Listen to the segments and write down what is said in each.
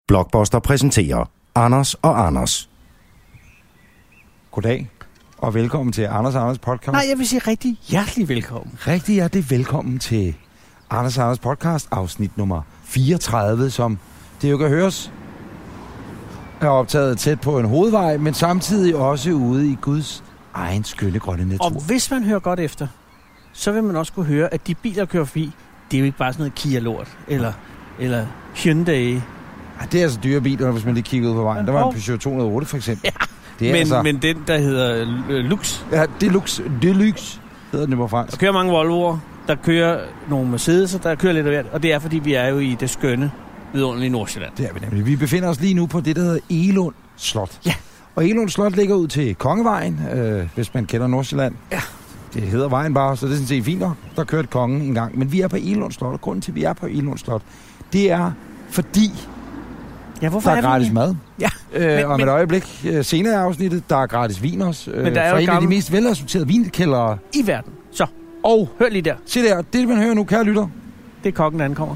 Blockbuster præsenterer Anders og Anders. Goddag, og velkommen til Anders podcast. Nej, jeg vil sige rigtig hjertelig velkommen. Rigtig hjertelig velkommen til Anders podcast, afsnit nummer 34, som det jo kan høres er optaget tæt på en hovedvej, men samtidig også ude i Guds egen skønne grønne natur. Og hvis man hører godt efter, så vil man også kunne høre, at de biler, der kører forbi, det er jo ikke bare sådan noget Kia-lort, eller Hyundai. Ja, det er altså dyre biler, hvis man lige kigger ud på vejen. Der var en Peugeot 208 for eksempel. Ja, det er altså... men den, der hedder Lux. Ja, Deluxe hedder den på fransk. Der kører mange Volvo'er, der kører nogle Mercedes, der kører lidt af hvert, og det er, fordi vi er jo i det skønne, vidunderlige Nordsjælland. Det er vi nemlig. Vi befinder os lige nu på det, der hedder Egelund Slot. Ja. Og Egelund Slot ligger ud til Kongevejen, hvis man kender Nordsjælland. Ja. Det hedder vejen bare, så det er sådan set fint nok. Der kørte kongen en gang. Men vi er på Egelund Slot, og grunden til, at vi er på Egelund Slot, det er fordi, hvorfor der er gratis mad. Ja. Om et øjeblik senere i afsnittet, der er gratis vin også. Men der er fra jo en af de mest velassorterede vinkældere i verden. Så, og hør lige der. Se der, det man hører nu, kære lytter. Det er kokken, der ankommer.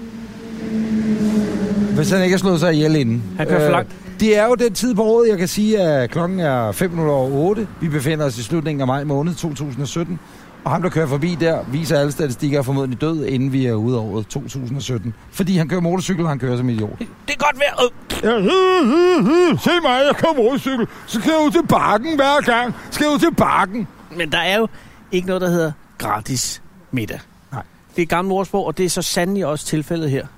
Hvis han ikke har slået sig ihjel inden. Han kører for langt. Det er jo den tid på året, jeg kan sige, at klokken er 5:08. Vi befinder os i slutningen af maj måned 2017. Og ham, der kører forbi der, viser alle statistikker formodentlig død, inden vi er ude af året 2017. Fordi han kører motorcykel, og han kører som idiot. Det er godt vejr. Se mig, jeg kører motorcykel. Så skal jeg ud til bakken hver gang. Skal jeg ud til bakken. Men der er jo ikke noget, der hedder gratis middag. Nej. Det er et gammelt ordsprog, og det er så sandelig også tilfældet her.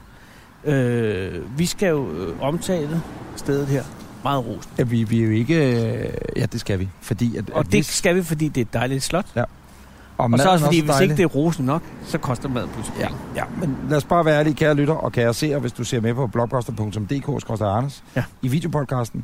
Vi skal jo omtale stedet her meget rosen. Ja, vi er jo ikke... Ja, det skal vi. Fordi det skal vi, fordi det er et dejligt slot. Ja. Og så også fordi, hvis ikke det er rosen nok, så koster maden pludselig. Ja, men lad os bare være ærlige, kære lytter og kære seere, hvis du ser med på blogbuster.dk/Anders i videopodcasten.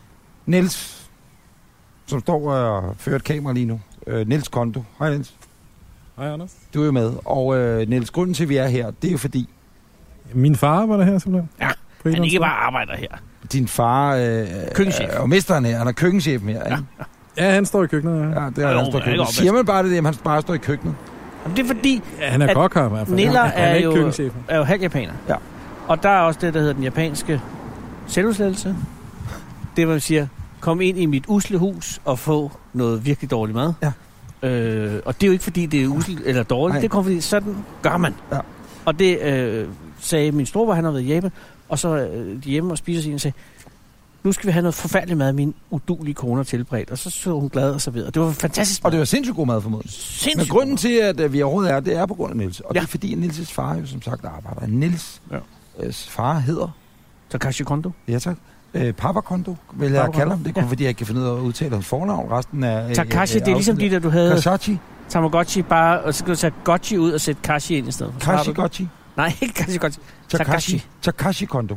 Niels, som står og fører et kamera lige nu. Niels Kondo. Hej Niels. Hej Anders. Du er jo med. Og Niels, grunden til, at vi er her, det er jo fordi... Min far arbejder her simpelthen. Ja, han ikke bare arbejder her. Din far køkkenchef. Og mesteren her, han er køkkenchefen her, ikke? Ja, han står i køkkenet. Ja, det er han står i køkkenet. Siger man bare det, at han bare står i køkkenet? Jamen, det er fordi... Ja, han er kok her i hvert fald. Niller er jo halv japaner. Ja. Og der er også det, der hedder den japanske selvudslettelse. Det, man siger, kom ind i mit usle hus og få noget virkelig dårlig mad. Ja. Og det er jo ikke, fordi det er usle eller dårligt. Nej. Det er kun fordi, sådan gør man. Ja. Og det sagde min storebror, han har været i Japan, og så hjemme og spiser sin og sagde, nu skal vi have noget forfærdeligt mad, min udulige kone har tilberedt. Og så så hun glad og serveret. Det var fantastisk mad. Og det var sindssygt god mad formodentlig. Men grunden til, at vi overhovedet er, det er på grund af Niels. Og det er fordi, Niels' far jo som sagt arbejder. Niels' far hedder... Takashi Kondo. Ja, tak. Papa Kondo, vil jeg kalde ham. Det er kun fordi, jeg ikke kan finde ud af at udtale hans fornavn. Resten af... Takashi, det er ligesom de, der du havde... Kasachi. Tamagotchi bare... Og så skal du tage Gotchi ud og sætte Kashi ind i stedet. Kashi-Gotchi. Nej, ikke Kashi-Gotchi. Takashi Kondo.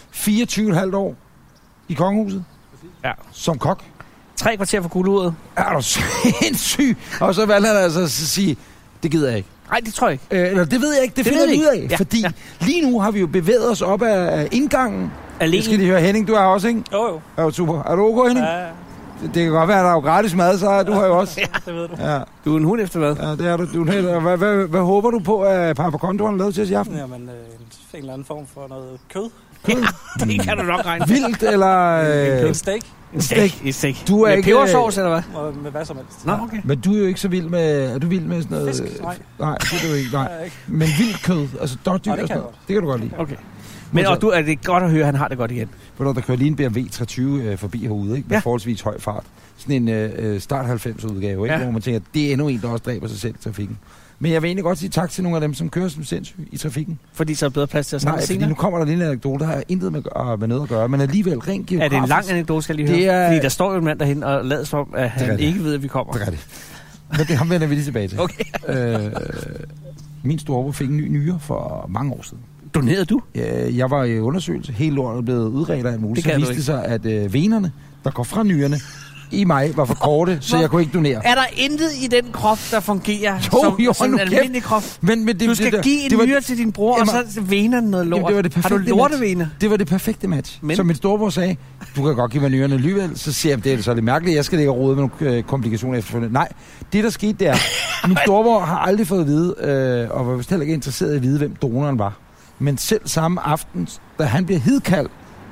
24,5 år i kongehuset. Ja. Som kok. 3 kvarter for guldeuret. Er du sindssyg? Og så valgte han altså at sige, det gider jeg ikke. Nej, det tror jeg ikke. Eller det ved jeg ikke, det finder vi ud af. Ja, fordi lige nu har vi jo bevæget os op af indgangen. Alene. Jeg skal lige høre, Henning, du er også, ikke? Jo. Ja, super. Er du okay, Henning? Ja. Det kan godt være, at der er jo gratis mad, så du har jo også. Ja, det ved du. Ja. Du er en hund efter hvad? Ja, det er du. Du er en hund. Hvad håber du på, at Papa Kondo har lavet til os i aften? Jamen, en eller anden form for noget kød. Ja, det kan du nok regne. Vildt, eller... En steak. En steak. Du er med ikke... pebersovs, eller hvad? Og med hvad som helst. Nå, okay. Men du er jo ikke så vild med... Er du vild med sådan noget... Fisk? Nej. Nej, det er du ikke. Nej. Men vildt kød, altså dårdyr og sådan noget. Det kan du godt lide. Okay. Men og er det godt at høre, at han har det godt igen? Der kører lige en BMW 320 forbi herude, ikke? Med forholdsvis høj fart. Sådan en start 90 udgave, ikke? Hvor man tænker, det er endnu en, der også dræber sig selv i trafikken. Men jeg vil egentlig godt sige tak til nogle af dem, som kører som sindssygt i trafikken. Fordi så er bedre plads til at snakke senere? Nej, fordi nu kommer der en lille anekdote, der har intet med noget at gøre, men alligevel rent geografisk. Er det en lang anekdote, skal jeg lige høre? Fordi der står jo en mand derhen og lader som, at han ikke ved, at vi kommer. Det er det. Men det ham vender vi lige tilbage til. Okay. Min storebror fik en ny nyre for mange år siden. Donerede du? Jeg var i undersøgelse. Hele lortet er blevet udredt af en mulighed. Så viste det sig, at venerne, der går fra nyrerne, i mig var for korte, så jeg kunne ikke donere. Er der intet i den krop, der fungerer som en almindelig krop? Men du skal give en nyre til din bror, og så venerne noget lort. Det var det har du lortevener? Det var det perfekte match. Som min storebror sagde, du kan godt give mig nyrerne alligevel. Så siger jeg, det er så lidt mærkeligt, jeg skal ikke rode med nogle komplikationer efterfølgende. Nej, det der skete der. Min storebror har aldrig fået at vide, og var vist heller ikke interesseret i at vide, hvem donoren var. Men selv samme aften, da han bliver hidkaldt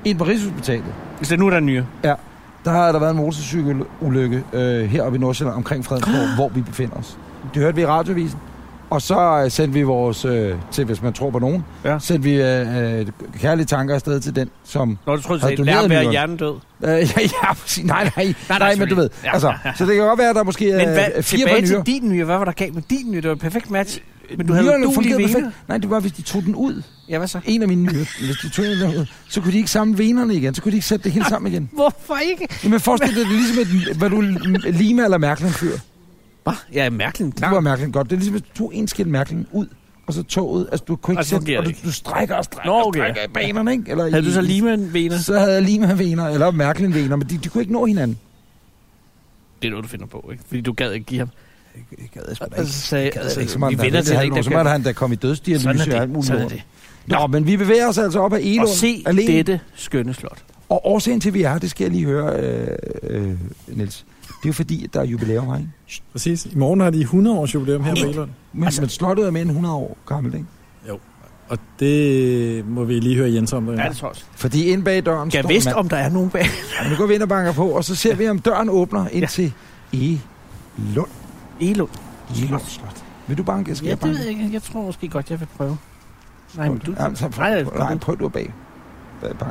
Ind på Rigshospitalet. Hvis det nu er der nye. Ja. Der har der været en motorcykelulykke heroppe i Nordsjælland omkring Fredensborg, hvor vi befinder os. Det hørte vi i radiovisen. Og så sendte vi vores, til hvis man tror på nogen, sendte vi kærlige tanker afsted til den, som Nå, du troede, du sagde, lad ham være hjernedød. Ja, præcis. Nej, men du ved. Ja. Altså, så det kan godt være, at der måske er 4 på tilbage til din nyre. Hvad var der galt med din nyre? Det var et perfekt match. Men du havde jo duelige vener. Nej, det var, hvis de tog den ud. Ja, hvad så? En af mine nyre. Hvis de tog den ud, så kunne de ikke samle venerne igen. Så kunne de ikke sætte det hele sammen igen. Hvorfor ikke? Jamen, forestil dig, det er ligesom, hvad du Lima eller Mærklen fyrer. Hvad? Ja, Mærklen. Det var Mærklen godt. Det er ligesom, hvis du tog en skilt Mærklen ud, og så toget, altså du kunne ikke sætte, og du strækker og strækker i banerne, ikke? Eller havde du så Lima-vener? Så havde jeg Lima-vener, eller Mærklen-vener, men de kunne ikke nå hinanden. Det er noget, du finder på, ikke? Fordi du gad ikke give ham. Jeg gad ikke så meget. Vi vender til det. Så var han, der kom i dødsdialyse og alt muligt. Sådan er det. Nå, men vi bevæger os altså op ad Elund. Og se alene. Dette skønne slot. Og årsagen til, vi er her, det skal jeg lige høre, Niels. Det er jo fordi, at der er jubilæum her, ikke? Præcis. I morgen har de 100 års jubilæum her på Elund. Men slottet er mere end 100 år gammelt, ikke? Jo. Og det må vi lige høre Jens om. Ja, det tror jeg. Fordi inde bag døren står vidst, om der er nogen bag. Ja, nu går vi ind og banker på, og så ser vi, om døren åbner ind til Elund. Elund Slot. Vil du banke? Ja, det ved jeg ikke. Jeg tror måske godt, jeg vil prøve. Nej, men du... Nej, prøv du bag bank.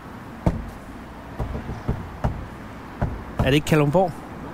Er det ikke Kalundborg?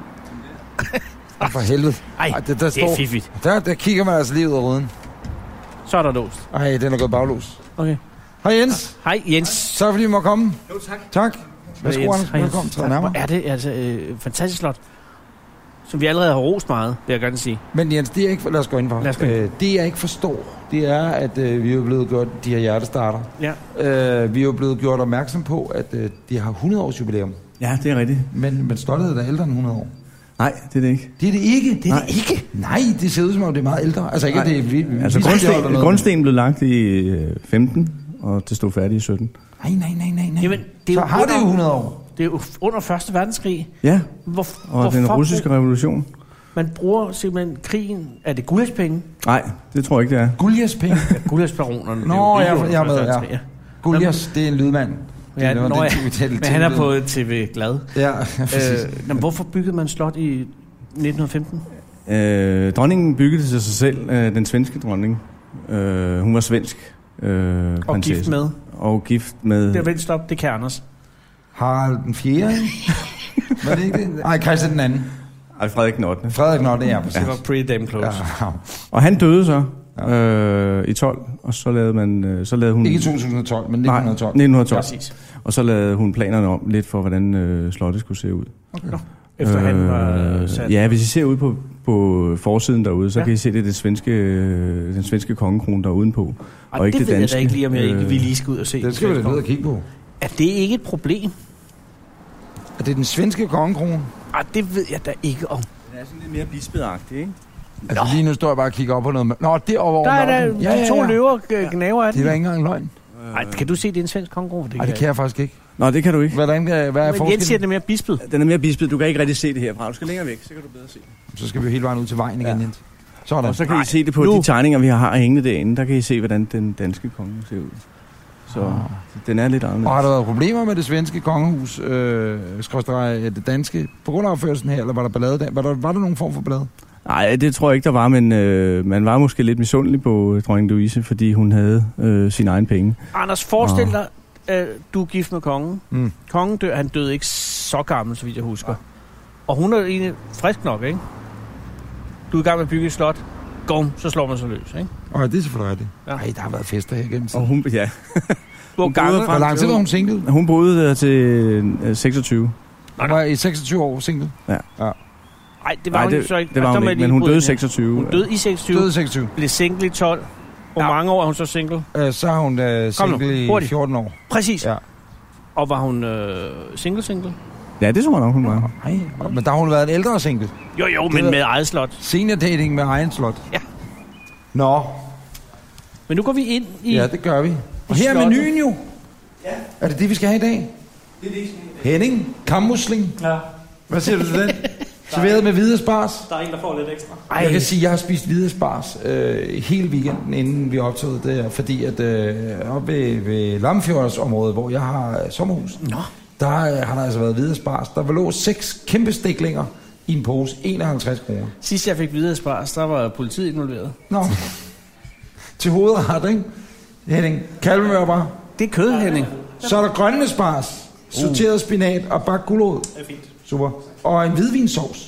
For helvede. Ej, det er fiffigt. Der kigger man altså lige ud af ruden. Så er der låst. Ej, den er gået baglås. Okay. Hej Jens. Hej Jens. Så fordi I må komme. Jo, tak. Tak. Værsgo, Anders. Velkommen. Træd nærmere. Er det altså fantastisk slot, som vi allerede har rost meget, vil jeg gerne sige. Men Jens, det er ikke... Lad os gå ind for. Det jeg ikke forstår, det er, at vi er blevet gjort... De her hjertestarter. Ja. Vi er jo blevet gjort opmærksom på, at de har 100 års jubilæum. Ja, det er rigtigt. Men slottet er da ældre end 100 år. Nej, det er det ikke. Det er det ikke? Det er det ikke? Nej, det ser ud som om, det er meget ældre. Altså ikke, at det er... Altså grundstenen blev lagt i 15, og det stod færdigt i 17. Nej. Jamen, det så har det jo 100 år. Det er jo under 1. verdenskrig. Ja, og den russiske revolution. Man bruger simpelthen krigen... Er det guldhjælpenge? Nej, det tror jeg ikke, det er. Guldhjælpenge? Ja, guldhjælpsbaronerne. Nå, jeg er med, ja. Guldhjælps, det er en lydmand. Ja, men han er på TV Glad. Ja, men hvorfor byggede man slot i 1915? Dronningen byggede det til sig selv, den svenske dronning. Hun var svensk og gift med? Og gift med... Det er vent stop, det kan Anders. Harald den 4. Var det ikke det? Nej, Christian den anden. Ej, Frederik den 8. Frederik den 8, ja. Præcis. Det var pretty damn close. Ja. Og han døde så i 12, og så lavede hun... Ikke i 2012, men 1912. Nej, 1912. Præcis. Og så lavede hun planerne om lidt for, hvordan slottet skulle se ud. Okay. Efter han var sat... Ja, hvis I ser ud på forsiden derude, så kan I se, det er den svenske kongekrone, der er udenpå. Og ikke det danske. Det ved jeg da ikke lige, om jeg ikke vil lige skal ud og se. Det skal vi da ned og kigge på. Er det ikke et problem? Er det den svenske kongekrone? Det ved jeg da ikke om. Den er sådan lidt mere bispedagtig, ikke? Altså lige nu står jeg bare og kigger op på noget. Nå, derovre. Der er der 2 løver gnaver af den. Det er da ikke engang løgn. Nej, kan du se, det er en svensk kongekrone? Nej, det kan jeg faktisk ikke. Nå, det kan du ikke. Hvad er forskellen? Jens siger, den er mere bispet. Den er mere bispet. Du kan ikke rigtig se det herfra. Du skal længere væk, så kan du bedre se. Så skal vi jo hele vejen ud til vejen igen, Jens. Sådan. Og så kan I se det på de tegninger, vi har hængende derinde. Der kan I se, hvordan den danske konge ser ud. Så den er lidt anderledes. Og har der været problemer med det svenske kongehus, det danske, på grund af opførelsen her, eller var der ballade der? Var der nogen form for ballade? Nej, det tror jeg ikke, der var, men man var måske lidt misundelig på dronning Louise, fordi hun havde sine egne penge. Anders, forestil dig, du er gift med kongen. Kongen dør, han døde ikke så gammel, så vidt jeg husker. Og hun er egentlig frisk nok, ikke? Du er i gang med at bygge et slot. Så slår man så løs, ikke? Det er selvfølgelig rigtigt. Nej, der har været fester her igennem tiden. Og hun, ja. Hvor lang tid var hun single? Hun boede der til 26. Hun var i 26 år single? Ja. Nej, det var hun så ikke. Det var hun ikke, men hun døde 26. Hun døde i 26. Døde 26. Blev single i 12. Hvor mange år er hun så single? Så er hun single i 14 år. Præcis. Ja. Og var hun single? Ja, det tror jeg nok, hun var. Nej, men der har hun været en ældre single. Jo, men med eget slot. Senior dating med egen slot. Ja. Nå. Men nu går vi ind i... Ja, det gør vi. Og her er menuen jo. Ja. Er det det, vi skal have i dag? Det er det, Henning, kammusling. Ja. Hvad siger du til den? Serveret med hvide spars. Der er en, der får lidt ekstra. Jeg kan sige, at jeg har spist hvide spars hele weekenden, inden vi optog det her, fordi at oppe ved Lamfjordsområdet, hvor jeg har sommerhus, der har der altså været hvide spars. Der lå 6 kæmpe stiklinger i en pose, 51 kroner. Sidst jeg fik videre spars, der var politiet involveret. Nå, til hovedret, ikke? Henning, kalvemør bare. Det er kød, Henning. Så er der grønne spars, sorteret spinat og bagt gulerod. Det er fint. Super. Og en hvidvinsovs.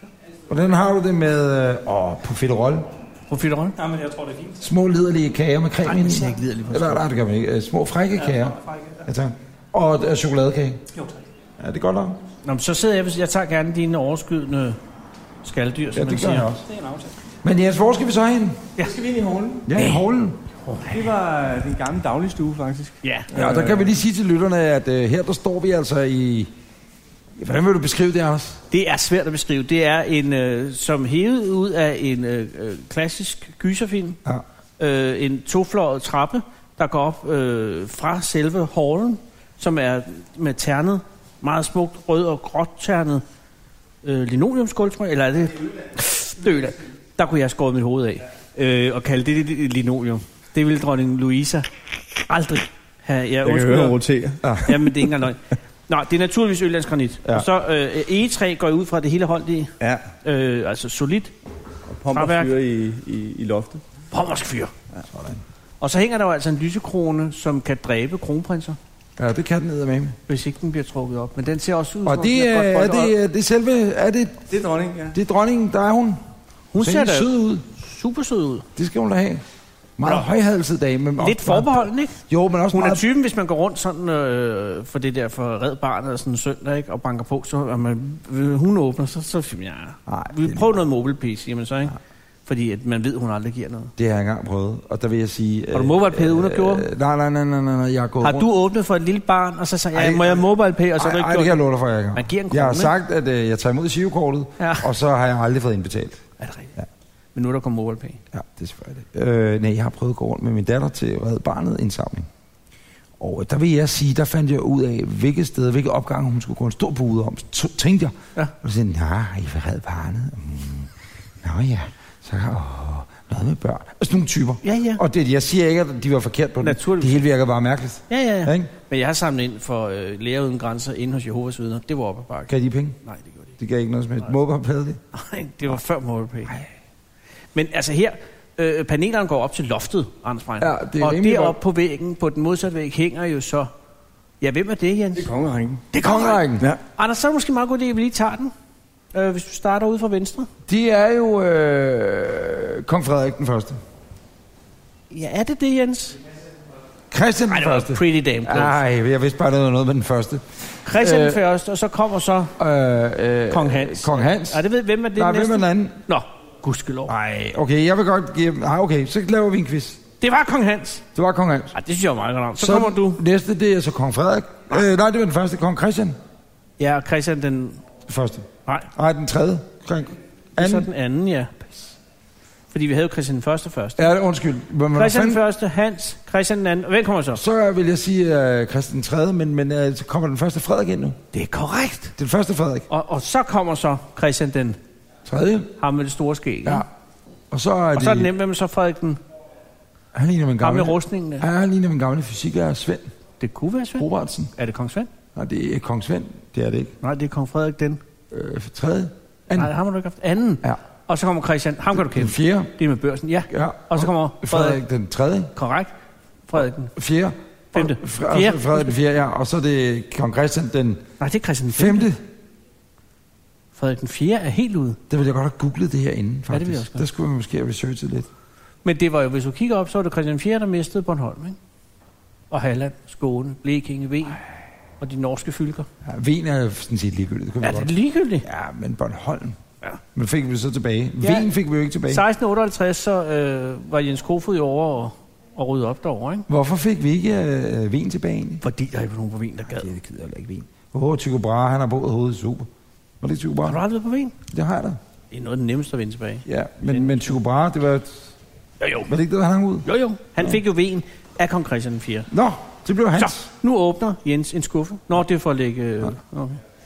Og den har du det med profiterol. Profiterol? Ja, men jeg tror, det er fint. Små liderlige kager med creme Nej, i. det siger ikke liderlige på. Eller nej, det kan man ikke. Små frække kager. Ja, tak. Og chokoladekage. Jo, tak. Ja, det er godt nok. Nå, men så sidder jeg tager gerne dine overskydende skalddyr, som Ja, man det gør siger. jeg også. Det er en aftale. Men Jens, hvor skal vi så hen? Så skal vi ind i Hålen. Ja, i Hålen. Det var den gamle dagligstue, faktisk. Ja. Ja, og der kan vi lige sige til lytterne, at her der står vi altså i... Hvordan vil du beskrive det, Anders? Det er svært at beskrive. Det er en, som hævet ud af en klassisk gyserfilm. Ja. En tofløjet trappe, der går op fra selve hallen, som er med ternet, meget smukt rød og gråt ternet linoleumsgulv, tror jeg. Eller er det? Døler. Der kunne jeg skåret mit hoved af og kalde det linoleum. Det ville dronning Louisa aldrig have. Jeg kan høre rotere. Jamen, det er ikke engang løgn. Nå, det er naturligvis Ølandsgranit. Ja. Og så egetræ går ud fra det hele holdt i. Ja. Altså solidt. Og pommerfyr i loftet. Pommersk fyr. Ja, sådan. Og så hænger der jo altså en lysekrone, som kan dræbe kronprinser, Ja, det kan den eddermame. hvis ikke den bliver trukket op. Men den ser også ud Og som det om den er, godt boldet op. det selve... Er det, Det er dronning, ja. det er dronningen, der er hun. Hun ser da sød ud. super sød ud. Det skal hun da have. Meget højhalset dame. Men Lidt forbeholden, ikke? Jo, men også Hun er meget... typen, hvis man går rundt sådan for det der for Red Barnet og sådan en søndag, ikke? Og banker på, så er man, hun åbner, så ja. Nej, Vi det- prøver noget MobilePay, siger man så, ikke? Fordi at man ved, hun aldrig giver noget. Det har jeg engang prøvet, og der vil jeg sige... Har du MobilePay uden at gjorde? Nej, jeg har gået Har rundt. du åbnet for et lille barn, og så sagde jeg, må jeg MobilePay, og så har du ikke Ej, det kan gjort jeg love dig for, jeg ikke har. Man giver en Jeg har krone, sagt, at jeg tager imod girokortet, Ja. og så har jeg aldrig fået indbetalt. Er det rigtigt? Ja. Men nu er der kommet MobilePay. Ja, det er selvfølgelig. Nej, jeg har prøvet at gå rundt med min datter til Red Barnet indsamling. Og der vil jeg sige, der fandt jeg ud af, hvilke steder, hvilke opgange hun skulle gå en stor bude om. Så tænkte jeg, Ja. og så sagde jeg, I vil Red Barnet? Nå ja, så noget med børn. Og sådan nogle typer. Ja. Og det, jeg siger ikke, at de var forkert på det. Naturligvis. Det hele virker bare mærkeligt. Ja. Ikke? Men jeg har samlet ind for Læger Uden Grænser inde hos Jehovas Vidner. Det var op ad bakke. Kan de penge? Nej, det gjorde de Det gav ikke noget som helst. MobilePay det? ikke. Nej, det var før MobilePay. Men altså her, panelerne går op til loftet, Anders Brein. Ja, det er og rimelig deroppe på væggen, på den modsatte væg, hænger jo så... Ja, hvem er det, Jens? Det er kongerækken. Det er kongerækken. Ja. Anders, så er det måske meget godt, at vi lige tager den. Hvis du starter ude fra venstre. Det er jo kong Frederik den første. Ja, er det det, Jens? Christian den Nej, det var første. pretty damn close. Nej, jeg vidste bare noget med den første. Christian den første, og så kommer så Kong Hans. Kong Hans. Ja, det ved, hvem er det Nej, næste? hvem er den anden? Nå, gudskelov. Nej, okay, jeg vil godt give... Nej, okay, så laver vi en quiz. Det var Kong Hans. Det var kong Hans. Ej, det synes jeg var meget godt om. Så kommer du. Næste, det er så kong Frederik. Nej, det var den første. Kong Christian. Ja, Christian den... Den første. Nej, Nej, den tredje. Kong så anden. den anden, ja. Fordi vi havde jo Christian den første først. Ja, undskyld. Men Christian den første, Hans, Christian den anden. Og hvem kommer så? Så vil jeg sige Christian den tredje, men så kommer den første Frederik ind nu. Det er korrekt. Den første Frederik. Og så kommer så Christian den... Tredje. Ham med det store skæg. Ja. ikke? Og så er Og så er det nemt, hvem er så Frederik den... Han ligner min Ham gamle... med rustningen. Ja, han ligner min gamle fysiklærer Svend Det kunne være Svend. Robertsen. Er det Kong Svend? Nej, det er kong Svend. Det er det ikke. Nej, det er Kong Frederik den... Tredje. Anden. Nej, ham har du ikke haft. Anden. Ja. Og så kommer Christian. Ham kan du Den kende. fjerde. Det er med børsen, ja. Ja. Og så kommer Frederik den tredje. Korrekt. Frederik den... Fjerde. Femte. Og Fjerde. Frederik den fjerde, ja. Og så er det kong Christian den Nej, det er Christian den femte. Frederik den 4. er helt ude. Det ville jeg godt have googlet det her inden, faktisk. Ja, det vil jeg også godt. Der skulle vi måske have researchet lidt. Men det var jo, hvis du kigger op, så var det Christian 4. der mistede Bornholm, ikke? Og Halland, Skåne, Blekinge, Ven og de norske fylker. Ja, Ven er jo sådan set ligegyldigt. Det kunne vi Er godt. det ligegyldigt? Ja, men Bornholm. Ja. Men fik vi så tilbage. Ja. Ven fik vi jo ikke tilbage. 1658, så var Jens Kofod jo over og rydde op derovre, ikke? Hvorfor fik vi ikke Ven tilbage egentlig? Fordi der er ikke nogen på Ven, der gad. Det gider jeg ikke Ven. Tycho Brahe, han har boet hovedet super. Var det ikke Tycho Har du Brahe? aldrig været på Ven? Det har jeg da. Det er noget af det nemmeste at vende tilbage. Ja, men Tycho Brahe, det var... Jo. Var det ikke det, han hang ud? Jo. Han fik jo Ven af kong Christian 4. Nå, det blev hans. Så, nu åbner Jens en skuffe. Nå, det er for at lægge... Okay.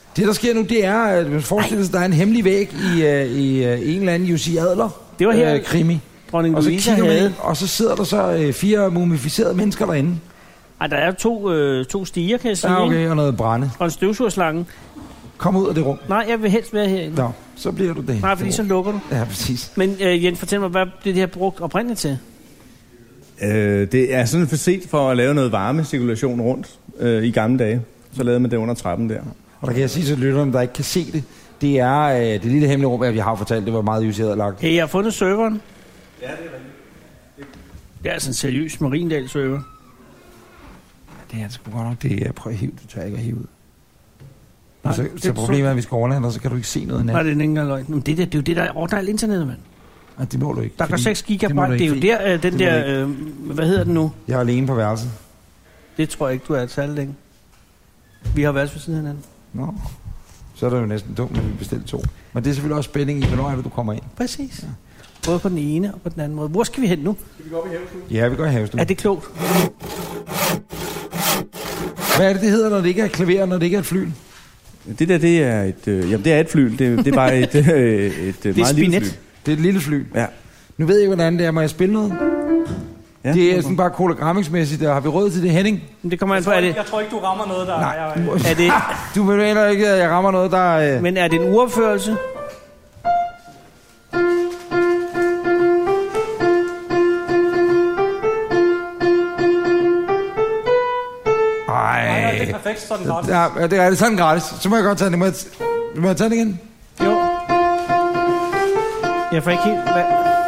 Det, der sker nu, det er, at man forestiller sig, at der er en hemmelig væg i en eller anden Jussi Adler Det var her, krimi. dronning Og så Louise kigger man havde. ind, og så sidder der så 4 mumificerede mennesker derinde. Ej, der er to stiger, kan jeg sige. Ja, ikke? okay, og noget brænde. Og en støvsugerslange. Kom ud af det rum. Nej, jeg vil helst være herinde. Nå, så bliver du det. Nej, fordi så lukker du. Ja, præcis. Men Jens, fortæl mig, hvad blev det her brugt oprindeligt til? Det er sådan set for at lave noget varmecirkulation rundt i gamle dage. Så lavede man det under trappen der. Og der kan jeg sige til lytterne, der ikke kan se det, det er det lille hemmelige rum, at vi har fortalt, det var meget Jussi Adler lagt. Hey, jeg har fundet serveren. Ja, det er rigtigt. Det er altså en seriøs Marindal-server. Det er sgu godt nok, det er prøv at hive, du tør ikke at hive ud. Nej, Så problemet er, at vi skal overlande, og så kan du ikke se noget Nej, andet. det er ikke engang løgn. Men det er jo det, der er overdejl internettet, mand. Nej, det må du ikke. Der går 6 det må gigabyte. du Det er jo ikke, der, den det må der... hvad hedder den nu? Jeg er alene på værelset. Det tror jeg ikke, du er særlig længe. Vi har været ved siden af hinanden. Nå. Så er det jo næsten dumt, når vi bestiller 2. Men det er selvfølgelig også spænding i, hvornår er det, du kommer ind. Præcis. Ja. Både på den ene og på den anden måde. Hvor skal vi hen nu? Skal vi gå op i havestuen? Ja, vi går i havestuen. Er det klogt? Hvad er det hedder, når det ikke er et klaver, når det ikke er et fly? Det der, det er et... jamen, det er et fly. Det er bare et meget lille fly. Det er et lille fly. Ja. Nu ved jeg ikke, hvordan det er. Må jeg spille noget? Ja, Det er sådan bare kologrammingsmæssigt. Har vi råd til det, Henning? Men det kommer an på, er det... Jeg tror ikke, du rammer noget, der Er det... Du mener ikke, at jeg rammer noget, der... Men er det en uopførelse? Nej, det er perfekt, sådan gratis. Ja, det er sådan gratis. Så må jeg godt tage det. Må jeg tage det igen? Jo. Jeg får ikke helt... Hvad?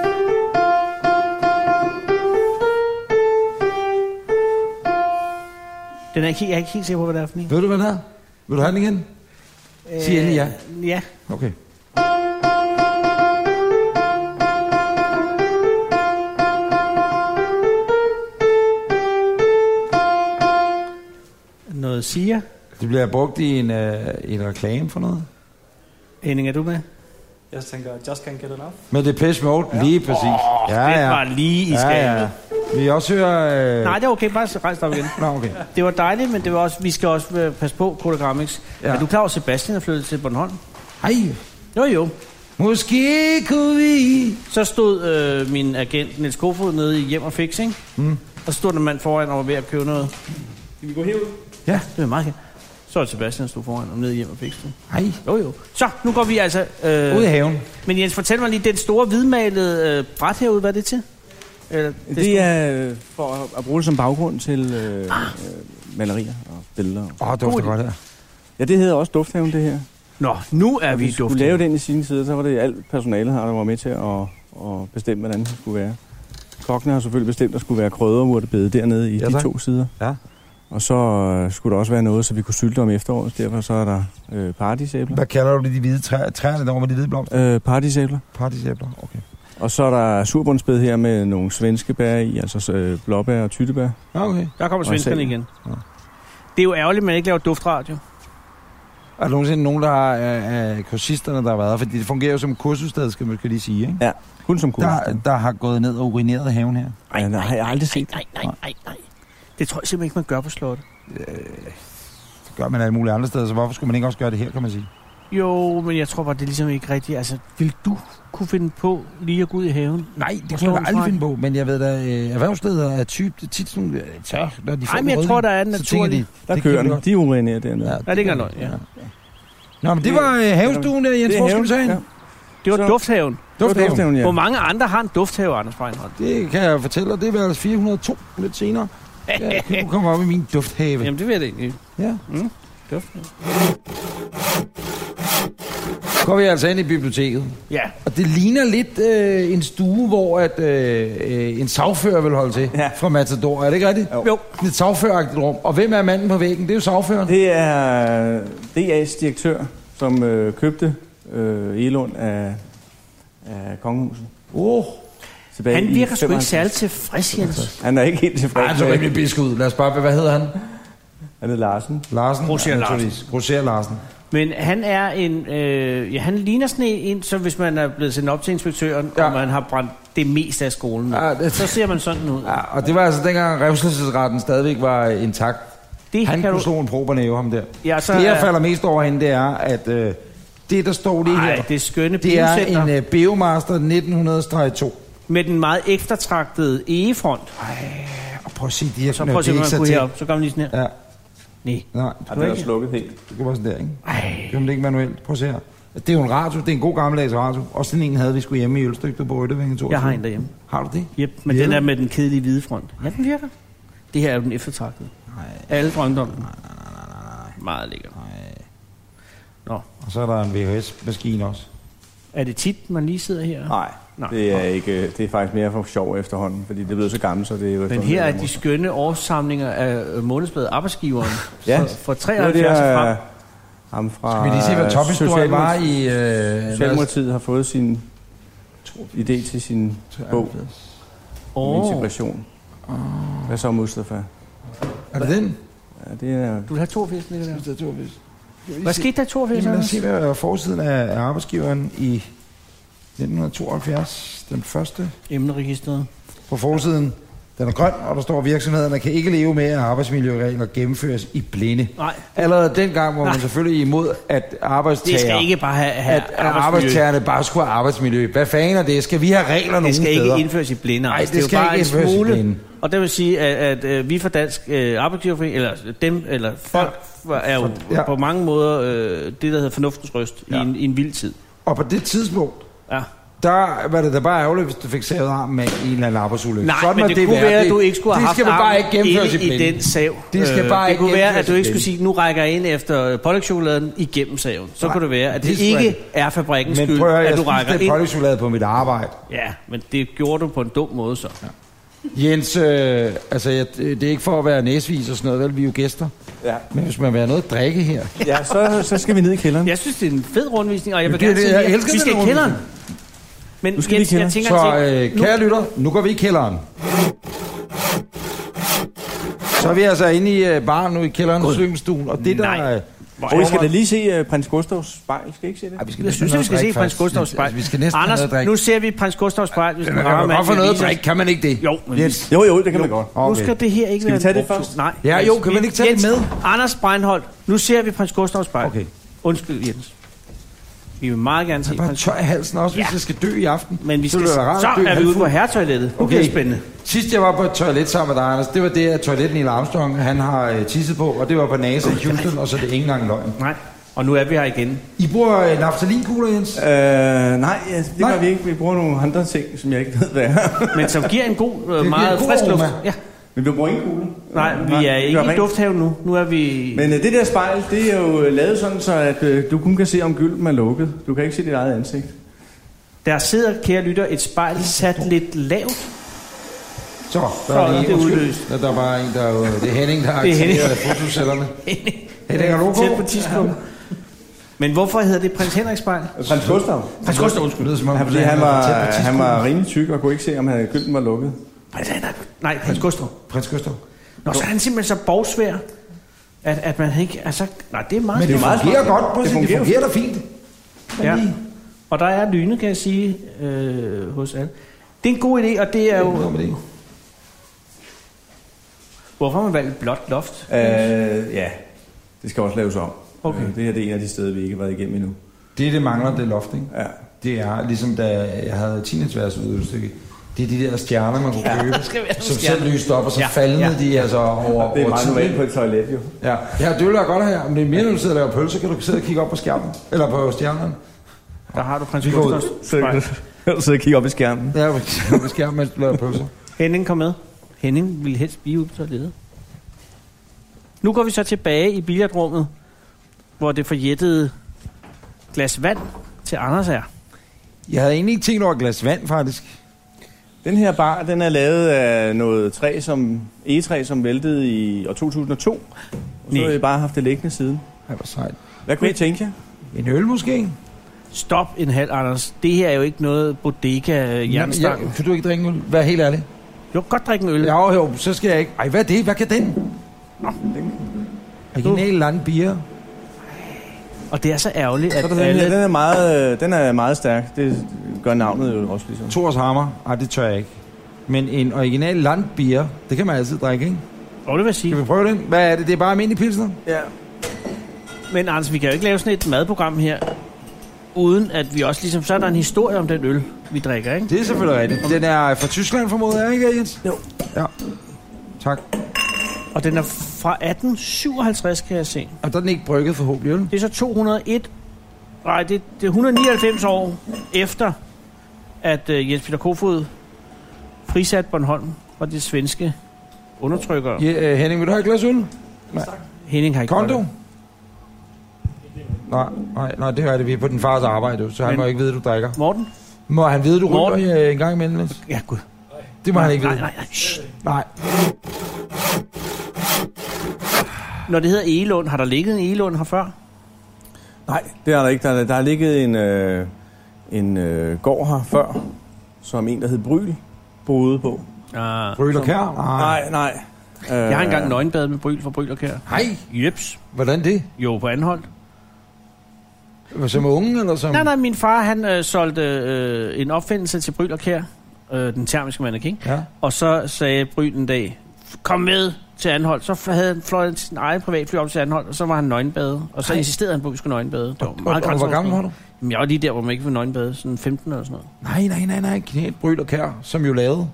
Den er ikke, jeg er ikke helt sikker på, hvad det er for en. Ved du, hvad det er? Vil du have den igen? Sig endelig ja. Ja. Okay. Noget siger. Det bliver brugt i en reklame for noget. Henning, er du med? Jeg tænker, just can't get enough. Med Depeche Mode, lige præcis. Det var lige i skabet. Vi også hører... Nej, det er okay. Bare rejs dig op igen. Nå, okay. Det var dejligt, men det var også, vi skal også passe på Kodagramix. Ja. Er du klar over, at Sebastian er flyttet til Bornholm? Hej. Jo. Måske kunne vi... Så stod min agent Niels Kofod nede i Hjem og Fix, ikke? Mm. Og så stod der en mand foran og var ved at købe noget. Skal vi gå herud? Ja. Det var meget godt. Så er det Sebastian, der stod foran og nede i Hjem og Fix. Hej. Jo. Så, nu går vi altså... Ud i haven. Men Jens, fortæl mig lige, den store hvidmalede bræt herude, hvad er det til? Det er for at bruge det som baggrund til malerier og billeder. Det dufter godt her. Ja, det hedder også Dufthaven, det her. Nå, nu er vi i skulle lave den i sin side, så var det alt personalet her, der var med til at bestemme, hvordan det skulle være. Kokkene har selvfølgelig bestemt, at der skulle være krydderurtebede dernede i de 2 sider. Ja. Og så skulle der også være noget, så vi kunne sylte om efteråret. Derfor så er der partysæbler. Hvad kalder du de hvide træerne derovre med de hvide blomster? Partysæbler. Partysæbler, okay. Og så er der surbundsbed her med nogle svenske bær i, altså blåbær og tyttebær. Okay. Der kommer svenskerne igen. Ja. Det er jo ærgerligt, at man ikke laver duftradio. Er der nogensinde nogen, der er kursisterne, der har været? Fordi det fungerer jo som kursussted, skal man lige sige, ikke? Ja, kun som kursussted. Der har gået ned og urineret i haven her. Nej, det har jeg aldrig set. Nej. Det tror jeg simpelthen ikke, man gør på slottet. Det gør man alle mulige andre steder, så hvorfor skulle man ikke også gøre det her, kan man sige? Jo, men jeg tror bare, det er ligesom ikke rigtigt. Altså, vil du kunne finde på lige at gå ud i haven? Nej, det kan jeg aldrig finde på, men jeg ved da, erhvervssteder er tit sådan, når de får men jeg tror, der er en naturlig... Der kører den. De urinerer dernede. Ja, det er ikke løgn, ja. Nå, men det var havestuen der, Jens. Hvor skal vi så hen? Ja. Det var Dufthaven. Dufthaven, ja. Hvor mange andre har en dufthave, Anders Breinholt? Det kan jeg fortælle dig. Det er altså 402 lidt senere. Ja, du kommer op i min dufthave. Jamen, det ved jeg egentlig. Ja. Dufthave. Så går vi altså ind i biblioteket. Ja. Og det ligner lidt en stue, hvor en sagfører vil holde til fra Matador. Er det ikke rigtigt? Jo. Et sagføreragtigt rum. Og hvem er manden på væggen? Det er jo sagføreren. Det er DA's direktør, som købte Elund af kongehuset. Han virker sgu ikke særligt tilfreds, Jens. Han er ikke helt tilfreds. Han så rimelig bisk ud. Lad os bare... Hvad hedder han? Han er Larsen. Grosser Larsen. Men han er en... han ligner sådan en, så hvis man er blevet sendt op til inspektøren, og man har brændt det meste af skolen, så ser man sådan ud. Ja, og det var altså dengang revselsesretten stadigvæk var intakt. Det Han kan kunne du... slå en prober ham der. Ja, så Det, jeg falder mest over hende, det er, at det, der står lige her, det er skønne det er biocenter en Beomaster 1900-2. med den meget eftertragtede egefront. Og prøv at se de her Så prøv at se, det er hvordan ikke man så kunne tæt. herop. Så gør man lige sådan her. Ja, Nej. nej, Ja, den er slukket helt. det går bare sådan der, ikke? Gør man det ikke manuelt? Prøv at se her. Det er jo en radio, det er en god gammeldags radio. Og sådan en havde vi sgu hjemme i Ølstykke på Røddevinge 2. Jeg har en derhjemme. Har du det? Yep, men Virker den er den? med den kedelige hvide front. Ja, den virker. Det her er jo den eftertragtede. Nej. Alle drømte om den. Meget lækker. Nå, Og så er der en VHS-maskine også. er det tit, man lige sidder her? Nej, Nej. det er ikke. Det er faktisk mere for sjov efterhånden, fordi det er blevet så gammelt, så det er jo... Men her er de skønne årssamlinger af månedsbladet Arbejdsgiveren Ja. fra 73 og frem. Ham fra Skal vi lige se, hvad tophistorien var i... Socialdemokratiet har fået sin idé til sin bog om integration. Hvad så, Mustafa? Er det den? Ja, det er... Du vil have 82, ligger der. Det er 82. Hvad skete der i 82? Jamen lad os Anders? se, hvad er forsiden af arbejdsgiveren i 1972. Den første Emneregisteret. på forsiden. Den er grøn, og der står, at virksomhederne kan ikke leve med, at arbejdsmiljøregler gennemføres i blinde. Nej, Allerede dengang var man selvfølgelig imod, at det arbejdstager... skal ikke bare have at arbejdstagerne bare skulle have arbejdsmiljø. Hvad fanden er det? Skal vi have regler nogen det skal steder? ikke indføres i blinde. Nej, Altså, det er jo skal bare ikke en indføres i smule. blinde. Og det vil sige, at vi fra Dansk Arbejdsgiverforening, eller dem, eller folk, er jo Ja. på mange måder det, der hedder fornuftens røst i en vild tid. Og på det tidspunkt, Ja. der var det da bare ærgerligt, hvis du fik savet armen med en eller anden arbejdsulykke. Nej, Sådan men må det kunne være. være, at du ikke skulle have det haft skal bare ikke armen gennemføres inde i blinde. i den sav. Det skal bare det ikke kunne være, gennemføres at du i ikke skulle blinde. sige, nu rækker jeg ind efter pålægtschokoladen igennem saven. Så Nej, kunne det være, at det det skulle ikke jeg er fabrikkens Men skyld, prøv at høre, at jeg du spiste rækker det ind. pålægtschokolade på mit arbejde. Ja, men det gjorde du på en dum måde så. Jens, altså det er ikke for at være næsvis og sådan noget, vel? Vi er jo gæster. Ja. Men hvis man vil have noget at drikke her... Ja, så skal vi ned i kælderen. Jeg synes, det er en fed rundvisning, og jeg vil Det er gerne det, sige, jeg at elsker vi skal den i kælderen. Men Nu skal vi i Jens, jeg kælderen. tænker, Så kære lytter, nu går vi i kælderen. Så er vi altså inde i baren nu i kælderen, Slyngstuen, og det der... Nej. Og vi skal da lige se prins Gustavs spejl. Skal I ikke se det? Ej, vi skal Jeg synes, vi skal se prins Gustavs spejl. Altså, vi skal næsten have noget at Anders, drikke. nu ser vi prins Gustavs spejl. Hvis Men man kan jo godt få noget at drikke, kan man ikke det? Jo, men Jens. Jo, det kan man godt. Nu Okay. skal det her ikke Skal være vi tage en det brugt- først? Nej. Ja, jo, kan man ikke tage Jens, det med? Anders Breinholt, nu ser vi prins Gustavs spejl. Okay. Undskyld, Jens. Vi vil meget gerne se Jeg er bare prins tør i halsen også, hvis Ja. jeg skal dø i aften. Men vi skal, ville være rart så at dø er vi ude på halvfuld. herretoilettet. Okay. Det er spændende. Sidst jeg var på et toilet sammen med dig, Anders, det var det, at toiletten Neil Armstrong, han har tisset på, og det var på NASA i Houston, og så er det ikke engang løgn. Nej. Og nu er vi her igen. I bruger naftalinekugler, Jens? Nej, det Nej. gør vi ikke. Vi bruger nogle andre ting, som jeg ikke ved, hvad er. Men som giver en god, giver meget en god frisk luft. aroma. Ja. Men vi bruger ingen kugle. Nej, vi er ikke i dufthaven nu. Nu er vi... Men det der spejl, det er jo lavet sådan, så at du kun kan se, om gylden er lukket. Du kan ikke se dit eget ansigt. Der sidder, kære lytter, et spejl sat lidt lavt. Så, Så er det udløst. Der er bare en, der er jo... Det er Henning, der har Det er Henning. aktiveret fotocellerne. Henning, er du på? Tæt på tidspunkt. Men hvorfor hedder det prins Henrik spejl? Prins Gustav. Prins Gustav, undskyld. Det lyder som om, Fordi han var rimelig tyk og kunne ikke se, om gylden var lukket. Prins Henrik. Nej, prins Gustav. Prins Gustav. Nå, så er han simpelthen så bogsvær, at man ikke... Altså, nej, det er meget... Men det meget fungerer smart. godt. Prøv at Det se, det fungerer fungerer da fint. Ja. Og der er lyne, kan jeg sige, hos alle. Det er en god idé, og det er jo... Noget med det. Hvorfor har man valgt et blåt loft? Ja, det skal også laves om. Okay. Det her det er en af de steder, vi ikke har været igennem endnu. Det mangler, det loft, ikke? Ja. Det er ligesom da jeg havde teenageværelseudstykke. Det er de der stjerner, man kunne købe, skal være som stjerner. selv lyste op, og så Ja, faldende ja. de altså over Det er meget tid. normalt på et toilet, jo. Ja, det vil være godt her. Om det er mere, når du sidder og laver pølser, kan du sidde og kigge op på skærmen. Eller på stjernerne. Der har du prins Vi går ud. Gustavs spejl. Så kigge op i skærmen. Ja, på skærmen, mens du laver pølser. Henning, kom med. Henning ville helst blive ude på toilettet. Nu går vi så tilbage i billardrummet, hvor det forjættede glas vand til Anders er. Jeg havde egentlig ikke tænkt over et glas vand, faktisk. Den her bar, den er lavet af noget træ, egetræ, som væltede i år 2002. Og så Nej. har jeg bare haft det liggende siden. Ej, hvor sejt. Hvad kunne I tænke jer? En øl måske? Stop en halv, Anders. Det her er jo ikke noget bodega jernstang. Kan du ikke drikke en øl? Vær helt ærlig. Jo, godt drikke en øl. Jo, så skal jeg ikke. Ej, hvad er det? Hvad kan den? Original landbier. Og det er så ærgerligt, at Så er der den her, alle... den er meget stærk. Det gør navnet jo også ligesom. Thors Hammer. Ej, det tør jeg ikke. Men en original landbier, det kan man altid drikke, ikke? Og det vil jeg sige. Skal vi prøve den? Hvad er det? Det er bare almindelig pilsner? Ja. Men Anders, vi kan jo ikke lave sådan et madprogram her, uden at vi også ligesom... Så er der en historie om den øl, vi drikker, ikke? Det er selvfølgelig rigtigt. Den er fra Tyskland, formoder jeg, ikke, Jens? Jo. Ja. Tak. Og den er fra 1857, kan jeg se. Og der er den ikke brygget forhåbentlig, øl? Det er så 201... Nej, det er 199 år efter, at Jens Peter Kofod frisat Bornholm fra de svenske undertrykkere. Ja, Henning, vil du have et glas øl? Nej. Henning har ikke Konto? Nej, det er det. Vi er på din fars arbejde, så han må ikke vide, at du drikker. Morten? Må han vide, at du ryger en gang imellem? Ja, gud. Det må han ikke vide. Nej. Når det hedder Egelund, har der ligget en Egelund her før? Nej, det er der ikke. Der har ligget en gård her før, som en, der hed Bryl, boede på. Bryl og Kær? Nej. Jeg har engang nøgenbadet med Bryl fra Bryl og Kær. Hej. Jeps. Hvordan det? Jo, på Anholt. Som unge, eller som... Nej, min far, han solgte en opfindelse til Bryl og Kær, den termiske mannequin. Ja. Og så sagde Bryl en dag, kom med til Anholt. Så havde han fløjet sin egen privatfly op til Anholt, og så var han nøgenbade. Og så insisterede han på, at vi skulle nøgenbade. Det var meget og hvor gammel var du? Jamen, jeg var lige der, hvor man ikke ville nøgenbade. Sådan 15 eller sådan noget. Nej. Knæt, Bryl og Kær, som jo lavede.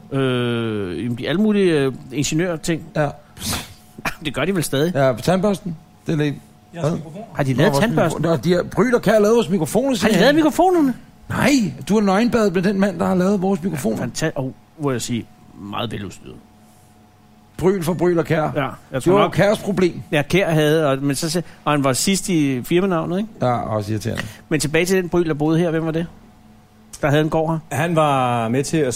Alle mulige ingeniørting. Ja. Det gør de vel stadig. Ja, på tandbørsten. Det er lidt... Har de lavet tandbørsten? De har Bryl og Kær lavet vores mikrofoner. Har de lavet mikrofonerne? Nej, du har nøgenbadet med den mand, der har lavet vores mikrofoner. Fantastisk. Må jeg sige, meget veludstyret. Bryl for Bryl og Kær. Ja, jeg Det tror var jo nok, Kærs problem. ja, Kær havde, og han var sidst i firmanavnet, ikke? Ja, også irriterende. Men tilbage til den Bryl, der boede her. Hvem var det? Der havde en gård her? Han var med til at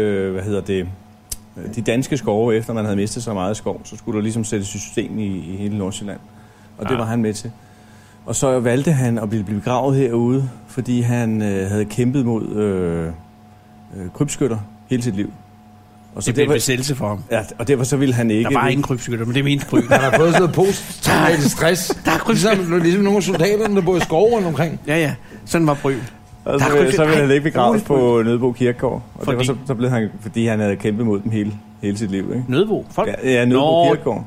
sætte, de danske skove, efter man havde mistet så meget skov, så skulle der ligesom sætte system i hele Nordsjælland. Og det var han med til. Og så valgte han at blive begravet herude, fordi han havde kæmpet mod krybskytter hele sit liv. Og så det blev en besættelse for ham. Ja, og derfor så ville han ikke... Der var ingen krybskytter, men det mente Bryl. Han har fået sådan noget posttraumatisk stress. Der er krybskytter. Ligesom nogle af soldaterne, der bor i skoven omkring. Ja. Sådan var Bryl. Og så ville han ikke begraves på Nødebo Kirkegård. Og fordi? Derfor så blev han, fordi han havde kæmpet mod dem hele sit liv, ikke? Nødebo? Folk? Ja, Nødebo Kirkegård.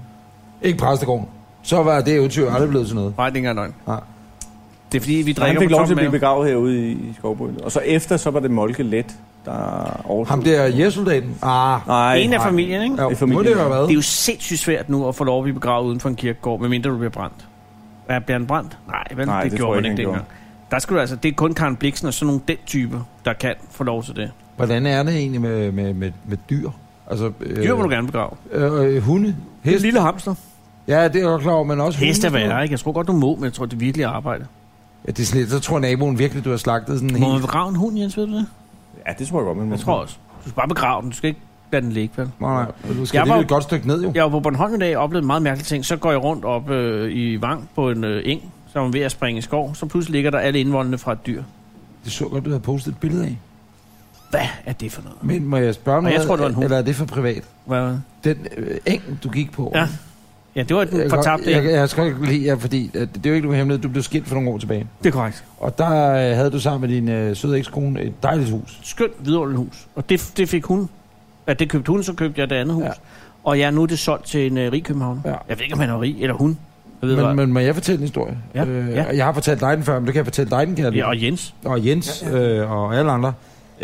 Ikke Præstegården. Så var det eventyr aldrig blevet til noget. Nej, det er ikke engang Nej. Det er fordi, vi drikker han fik på lov til at blive mave. begravet herude i skovbrynet. Og så efter, så var det Molke Let, der overtog. Ham der jægersoldaten? Nej. En af familien, ikke? Ja, Det er familien. må det have været. Det er jo sindssygt svært nu at få lov at blive begravet uden for en kirkegård, medmindre du bliver brændt. Bliver han brændt? Nej, vel, Nej, det det gjorde tror man jeg ikke ikke, dengang. Der skal du altså, det er kun Karen Blixen og sådan nogle den type, der kan få lov til det. Hvordan er det egentlig med dyr? Altså, Dyr må du gerne begrave. Hunde? En Hest? lille hamster. Ja, det er jeg klar over, men også Hest er hunde. værre, ikke? Jeg tror godt, du må, men jeg tror, det er virkelig arbejde. Ja, det er sådan lidt, så tror naboen virkelig, du har slagtet sådan en Må man helt... begrave en hund, Jens, ved du det? Ja, det tror jeg godt, man må. Jeg tror også. Du skal bare begrave den, du skal ikke lade den ligge, vel? Nej, du skal lige et godt stykke ned, jo. Jeg var på Bornholm i dag og oplevede en meget mærkelig ting. Så går jeg rundt op i Vang på en eng, som er ved at springe i skov. Så pludselig ligger der alle indvoldene fra et dyr. Det så godt, du havde postet et billede af. Hvad er det for noget? Men må jeg spørge noget? Jeg tror, det var en hund. Eller er det for privat? Hvad? Den eng, du gik på. Ja. Ja, det var den fortabte eng. Jeg skal ikke lide jer, fordi det er jo ikke nogen hemmelighed. Du blev skilt for nogle år tilbage. Det er korrekt. Og der havde du sammen med din søde ekskone et dejligt hus. Skønt vidunderligt hus. Og det fik hun. Ja, det købte hun, så købte jeg det andet hus. Ja. Og ja, nu er det solgt til en rig københavner. Ja. Jeg ved ikke, om han er rig, eller hun. Jeg ved, men må jeg fortælle en historie? Ja. Jeg har fortalt dig den før, men det kan jeg fortælle dig den, kan jeg. Ja, og Jens. Og Jens og alle andre.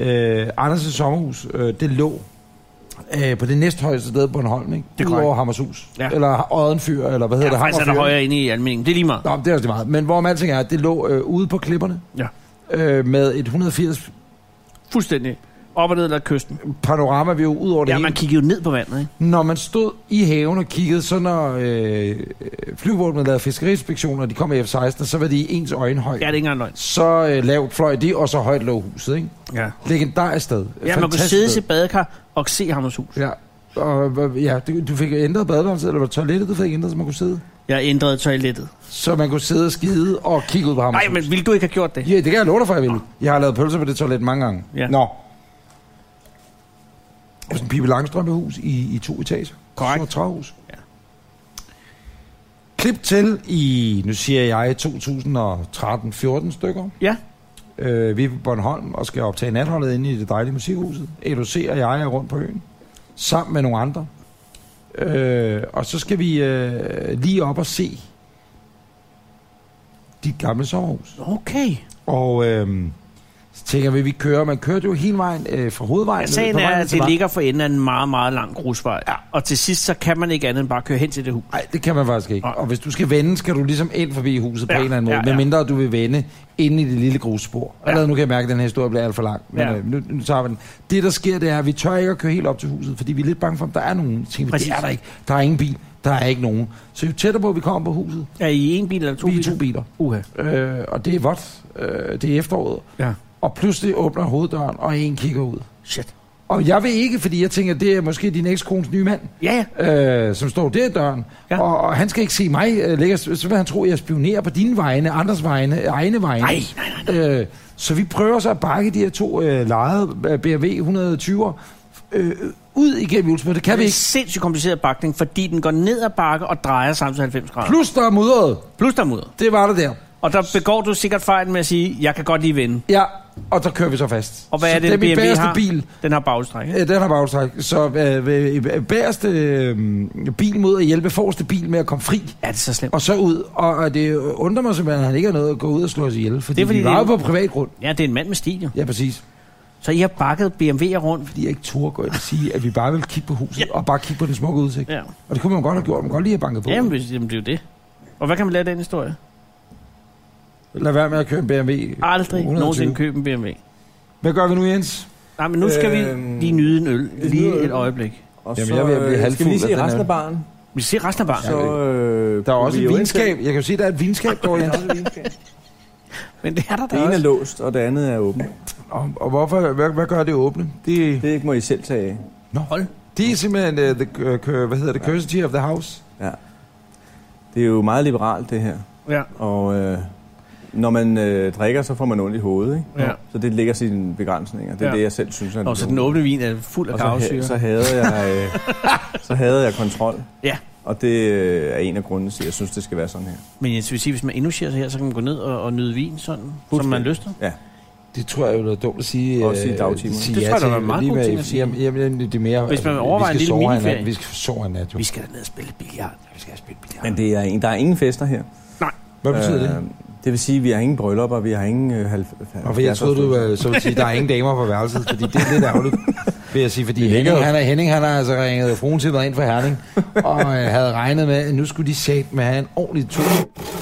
Anders' sommerhus, det lå på det næsthøjeste sted på Bornholm, ikke? Det er over Hammershus. Ja. Eller Oddenfyr, eller hvad hedder det? Faktisk er der højere inde i Almindingen. Det er lige meget. Nå, det er også lige meget. Men hvor man alting er, det lå ude på klipperne. Ja. Med et 180 fuldstændig. Op og ned ad kysten. Panorama vi jo ud over det hele. Ja, man kiggede jo ned på vandet, ikke? Når man stod i haven og kiggede, så når flyvåbnet lavede fiskeriinspektioner, de kom i F-16, så var de i ens øjenhøjde. Ja, det er ikke engang løgn. Så lavt fløj de, og så højt lå huset, ikke? Ja. Legendarisk sted. Ja, man kunne sidde i sit badekar og se Hammershus. Ja. Og ja, du fik ændret badeværelset, eller var det toilettet, du fik ændret, så man kunne sidde? Jeg ændrede toilettet. Så man kunne sidde og skide og kigge ud på Hammershus. Nej, men ville du ikke have gjort det? Ja, det kan jeg love dig for, jeg ville. Jeg har lavet pølser på det toilet mange gange. Ja. Nå. Og sådan en Pippi Langstrømpe-hus i 2 etager. Korrekt. Så træhus. Ja. Klip til i, nu siger jeg, 2013-14 stykker. Ja. Vi er på Bornholm og skal optage natholdet inde i det dejlige musikhuset. LOC og jeg er rundt på øen. Sammen med nogle andre. Og så skal vi lige op og se dit gamle sommerhus. Okay. Og så tænker vi kører. Man kørte jo hele vejen fra hovedvejen. Sagen er, at det ligger for enden af en meget, meget lang grusvej. Ja. Og til sidst, så kan man ikke andet end bare køre hen til det hus. Nej, det kan man faktisk ikke. Nej. Og hvis du skal vende, skal du ligesom ind forbi huset på en eller anden måde. Ja. Medmindre du vil vende inde i det lille grusspor. Ja. Allerede nu kan jeg mærke, at den her historie bliver alt for lang. Men nu tager vi den. Det, der sker, det er, at vi tør ikke at køre helt op til huset, fordi vi er lidt bange for, om der er nogen. Det er der ikke. Der er ingen bil. Der er ikke nogen. Så jo tættere på, vi kommer på huset. Er I en bil eller to biler? Vi er 2 biler. Og det er vådt. Det er efteråret. Ja. Og pludselig åbner hoveddøren, og en kigger ud. Shit. Og jeg vil ikke, fordi jeg tænker, det er måske din ekskones nye mand, som står der i døren. Ja. Og han skal ikke se mig længere. Så vil han tro, at jeg spionerer på dine vegne, andres vegne, egne vegne. Nej. Så vi prøver så at bakke de her 2 lejede BMW 120'er ud igennem hjulspor. Det kan vi ikke. Det er sindssygt kompliceret bakning, fordi den går ned ad bakke og drejer samtidig 90 grader. Plus der er mudret. Det var der der. Og der begår du sikkert fejlen med at sige, jeg kan godt lige vende. Ja, og der kører vi så fast. Og hvad er det, BMW har? Bil. Den har bagstræk, ikke? Den har bagstræk. Så bagerste bil mod at hjælpe forreste bil med at komme fri. Ja, det er så slemt. Og så ud. Og det undrer mig simpelthen, at han ikke har noget at gå ud og slå os ihjel. Fordi vi var jo på privat grund. Ja, det er en mand med stil, jo. Ja, præcis. Så I har bakket BMW'er rundt? Fordi jeg ikke turde gå ind og sige, at vi bare vil kigge på huset, og bare kigge på den smukke udsigt. Ja. Og det kunne man godt have gjort. Man kunne godt lige have banket på. Jamen, det er jo det. Og hvad kan man lære af den historie? Lad være med at køre en BMW. Aldrig nogensinde købe en BMW. Hvad gør vi nu, Jens? Nej, men nu skal vi lige nyde en øl. Lige et øjeblik. Og jamen, jeg vil blive halvfuld. Skal vi lige se resten af baren? Vi ser resten af baren. Så, der er også et vinskab. Jeg kan jo se, der er et vinskab der, Jens. Men det er der det ene er låst, og det andet er åbent. Og hvorfor? Hvad gør det åbne? Det må I selv tage af. Nå, hold. Det er simpelthen courtesy of the house. Ja. Det er jo meget liberalt, det her. Ja. Og når man drikker, så får man ondt i hovedet, ikke? Ja. Så det ligger sine begrænsninger. Det er det, jeg selv synes. Og så den åbne vin er fuld af kavsyre. Så havde jeg kontrol. Ja. Og det er en af grundene til, at jeg synes, det skal være sådan her. Men jeg vil sige, hvis man indlogerer sig her, så kan man gå ned og nyde vin, sådan, som man lyster. Ja. Det tror jeg jo er dumt at sige. Også i dagtimer. Det tror jeg, der var meget god ting at sige. Jamen, det er mere, hvis man overvejer en lille miniferie. Vi skal sove en nat, jo. Vi skal da ned og spille billard. Vi skal spille billard. Men det er der er ingen fester her. Nej. Hvad betyder det? Det vil sige, at vi har ingen bryllupper, vi har ingen... Og jeg troede, du så vil sige, der er ingen damer på værelset, fordi det er lidt ærgerligt, vil jeg sige. Fordi Henning han har altså ringet fruen til ind for Herning, og havde regnet med, at nu skulle de sætte med at have en ordentlig tur.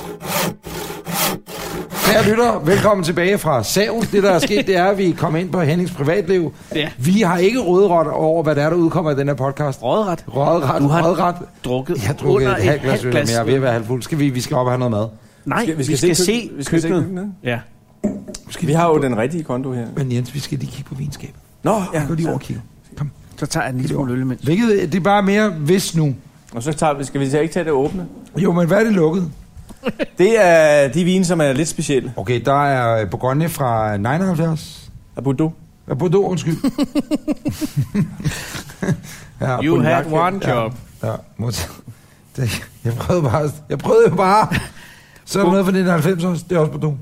Kære lytter, velkommen tilbage fra Saven. Det, der er sket, det er, at vi kommer ind på Hennings privatliv. Ja. Vi har ikke råderet over, hvad der er, der udkommer i den her podcast. Råderet? Du har drukket. Jeg har drukket et halvt glas øl, men jeg er ved at være halvfuld. Vi skal op og have noget mad. Nej, vi skal se køkkenet. Ja. Vi har jo den rigtige konto her. Men Jens, vi skal lige kigge på vinskabet. Nå, ja. Gå lige over og kigge. Kom. Så tager jeg en lille smule øl imens. Det er bare mere hvis nu. Og så skal vi ikke tage det åbne? Jo, men hvad er det lukket? Det er de vine, som er lidt specielle. Okay, der er Bourgogne fra 79. Bordeaux. Bordeaux, undskyld. Ja, you had one job. Ja, jeg prøvede jo bare. Så er der noget for 1990 også. Det er også Bordeaux.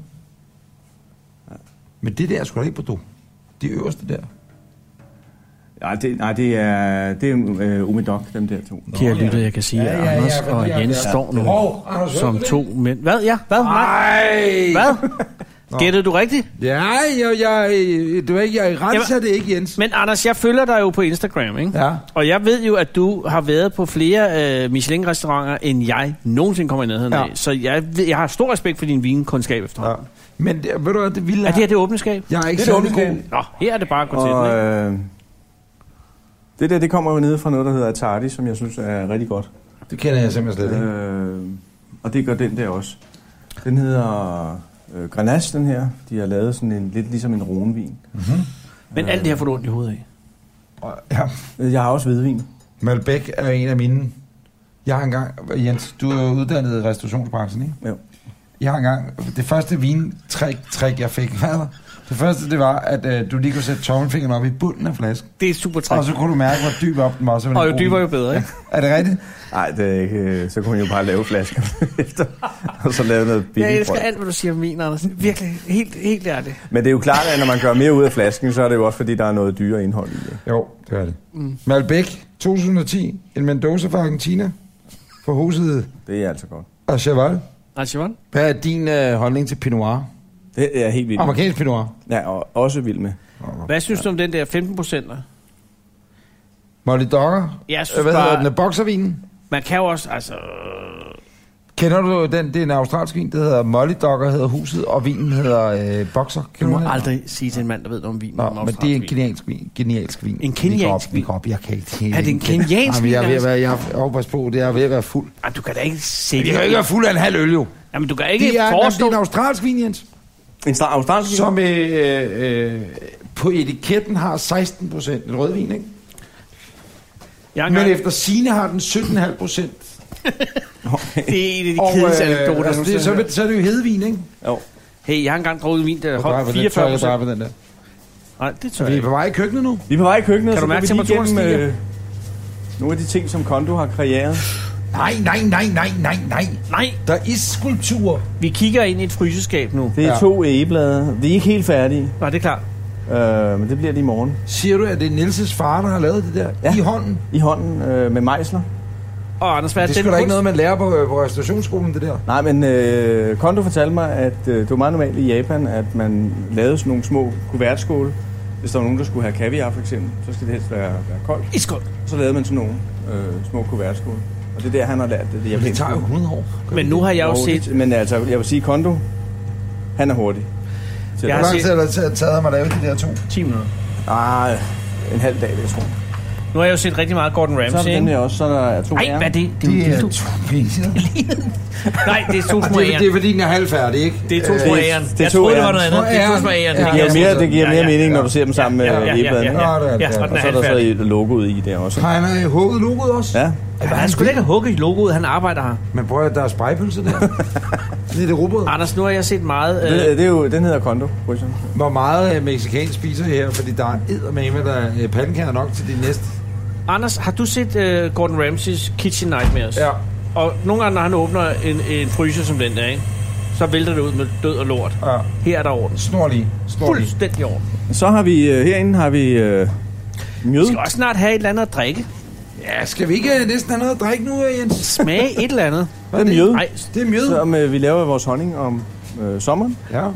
Men det der er sgu da ikke Bordeaux. Det øverste der. Nej, det er Umedoc, dem der to. Kære lytter, jeg kan sige, at Anders og Jens står nu som 2 mænd. Hvad? Ja, hvad? Nej. Hvad? Gættede du rigtigt? Ja, jeg renser det ikke, Jens. Men Anders, jeg følger dig jo på Instagram, ikke? Ja. Og jeg ved jo, at du har været på flere Michelin-restauranter, end jeg nogensinde kommer i nærheden af. Så jeg har stor respekt for din vinkundskab efterhånden. Ja. Men ved du hvad, det vilde er det her det åbne skab? Jeg er ikke så god. Nå, her er det bare at gå til den, ikke? Det kommer jo nede fra noget, der hedder Atardi, som jeg synes er rigtig godt. Det kender jeg simpelthen slet ikke. Og det gør den der også. Den hedder Grenache, den her. De har lavet sådan lidt ligesom en ronvin. Mm-hmm. Men alt det her får du ondt i hovedet af? Ja. Jeg har også hvidvin. Malbec er en af mine. Jeg har engang, Jens, du er uddannet i restaurationsbranchen, ikke? Jo. Jeg har engang... Det første vintrik, jeg fik, hvad der? Det første, det var, at du lige kunne sætte tommelfingeren op i bunden af flasken. Det er super træk. Og så kunne du mærke, hvor dyb op den var. Så Og jo dybere, jo bedre, ikke? Er det rigtigt? Nej, det er ikke. Så kunne man jo bare lave flasken efter, og så lave noget billigt. Jeg elsker alt, hvad du siger om vin, Anders. Virkelig, helt ærligt. Men det er jo klart, at når man gør mere ud af flasken, så er det jo også, fordi der er noget dyre indhold i det. Jo, det er det. Malbec 2010. En Mendoza fra Argentina. For huset Det er altså godt. af Cheval. Archibald? Hvad er din holdning til Pinot Noir? Det er helt vildt. Amerikansk Pinot Noir. Ja, og også vild med. Hvad synes du om den der 15%'er? Molly Dogger. Jeg synes Hvad hedder den? bare, Boxervinen. man kan jo også, altså... Kender du den? Det er en australsk vin. Det hedder Molly Dogger, hedder huset, og vinen hedder Boxer. Du må den? aldrig sige til en mand, der ved noget om vin. Nå, men det er en keniansk vin. En keniansk vin? Vi går op, jeg kan ikke... Er det en keniansk vin? Jeg er ved at være, jeg er på, det er ved at være fuld. Ej, du kan da ikke se Vi kan jo ikke være fuld af en halv øl, jo. Jamen, du kan ikke Det er forestå... en australsk vin, Jens. En australsk vin? Som på etiketten har 16% en rødvin, ikke? Men efter sigende har den 17,5%. Det er en af de kedelige anekdoter. Så er det jo hedevin, ikke? Jo. Hey, jeg har engang drukket vin, der holdt 44%. Den der. Nej, det Så tør vi jeg er ikke. på vej i køkkenet nu. Vi er på vej i køkkenet, Kan du så mærke går vi lige temperaturen igennem, nogle af de ting, som Kondo har kreeret. Nej. Der er isskulptur. Vi kigger ind i et fryseskab nu. Det er Ja. 2 egeblade. Vi er ikke helt færdige, Nå, det er klart. men det bliver det i morgen. Siger du, at det er Nielses far, der har lavet det der? Ja. I hånden? I hånden med mejsler. Og Anders, hvad er Det er den sgu da ikke kunst? noget, man lærer på restaurationsskolen, det der. Nej, men Kondo fortalte mig, at det var meget normalt i Japan, at man lavede sådan nogle små kuvertskåle. Hvis der var nogen, der skulle have kaviar for eksempel, så skal det helst være koldt. Iskold. Så lavede man sådan nogle små kuvertskåle. Og det er der, han har lært det. Det tager jo 100 år. Men nu har jeg jo set... Men altså, jeg vil sige, Kondo, han er hurtig. Til Jeg Hvor har lang tid har det taget ham at lave de der 10 minutter. en halv dag, vil jeg tro. Nu har jeg jo set rigtig meget Gordon Så Ramsay, er der den ikke? her også, så der er 2 Ej, hvad er det? Det er jo Det er dildo. 2 pizzer. Nej, det er 2 små Det er æren. fordi, den er halvfærdig, ikke? Det er 2 små æren. det er Jeg to troede, det var æren. noget andet. Det er 2 små æren. Det giver mere mening, når du ser dem sammen med æbladene. ja. Og den Og så er er der så halvfærdig. logoet i der også. Har han hugget logoet også? Ja. Han skulle ikke have hugget i logoet, han arbejder her. Men prøv at der er spejpølse der. Det er det rugbrød. Anders, nu har jeg set meget... Det er jo, den hedder Kondo. Hvor meget mexicansk spiser I her? Fordi der er eddermame, der er pandekager nok til de næste. Anders, har du set Gordon Ramsays Kitchen Nightmares? Ja. Og nogle gange, når han åbner en fryser som den der, ikke? Så vælter det ud med død og lort. Ja. Her er der orden. Snorlig. Fuldstændig orden. Så har vi, herinde har vi Vi mjød. skal også snart have et eller andet at drikke. Ja, skal vi ikke næsten have noget at drikke nu, Jens? Smage et eller andet. Hvad er Det er mjød. Nej, Det er mjød. Som vi laver vores honning om sommeren. Ja.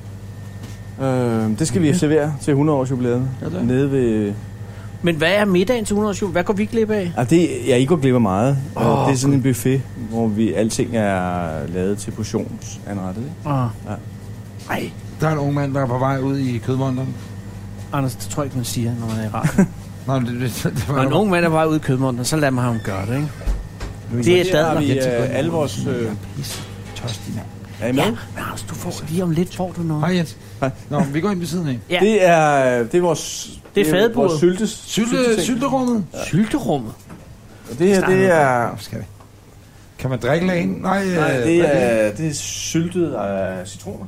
Det skal vi servere til 100 års jubilæet. Nede ved... men hvad er middagen til 100 års jul? Hvad går vi glip af? I går glip af meget. Det er sådan en buffet, hvor alting er lavet til portionsanrettet. Ikke? Ej, Der er en ung mand, der er på vej ud i kødmonteren. Anders, det tror jeg ikke, man siger, når man er i radio. Nå, det var Når en ung mand er på vej ud i kødmonteren, så lad mig ham gøre det, ikke? Det er har dadler. vi alle vores... tørstig, mand. Er I med? Ja, men Anders, du får lige om lidt, får du noget. Hej, Jens. Hej. Nå, vi går ind ved siden af. Ja, Det er vores... Det er fadebordet. Vores Sylterummet. sylterummet. Det her, det er... Skal vi? Kan man drikke lagen? Nej, det er syltet af citroner.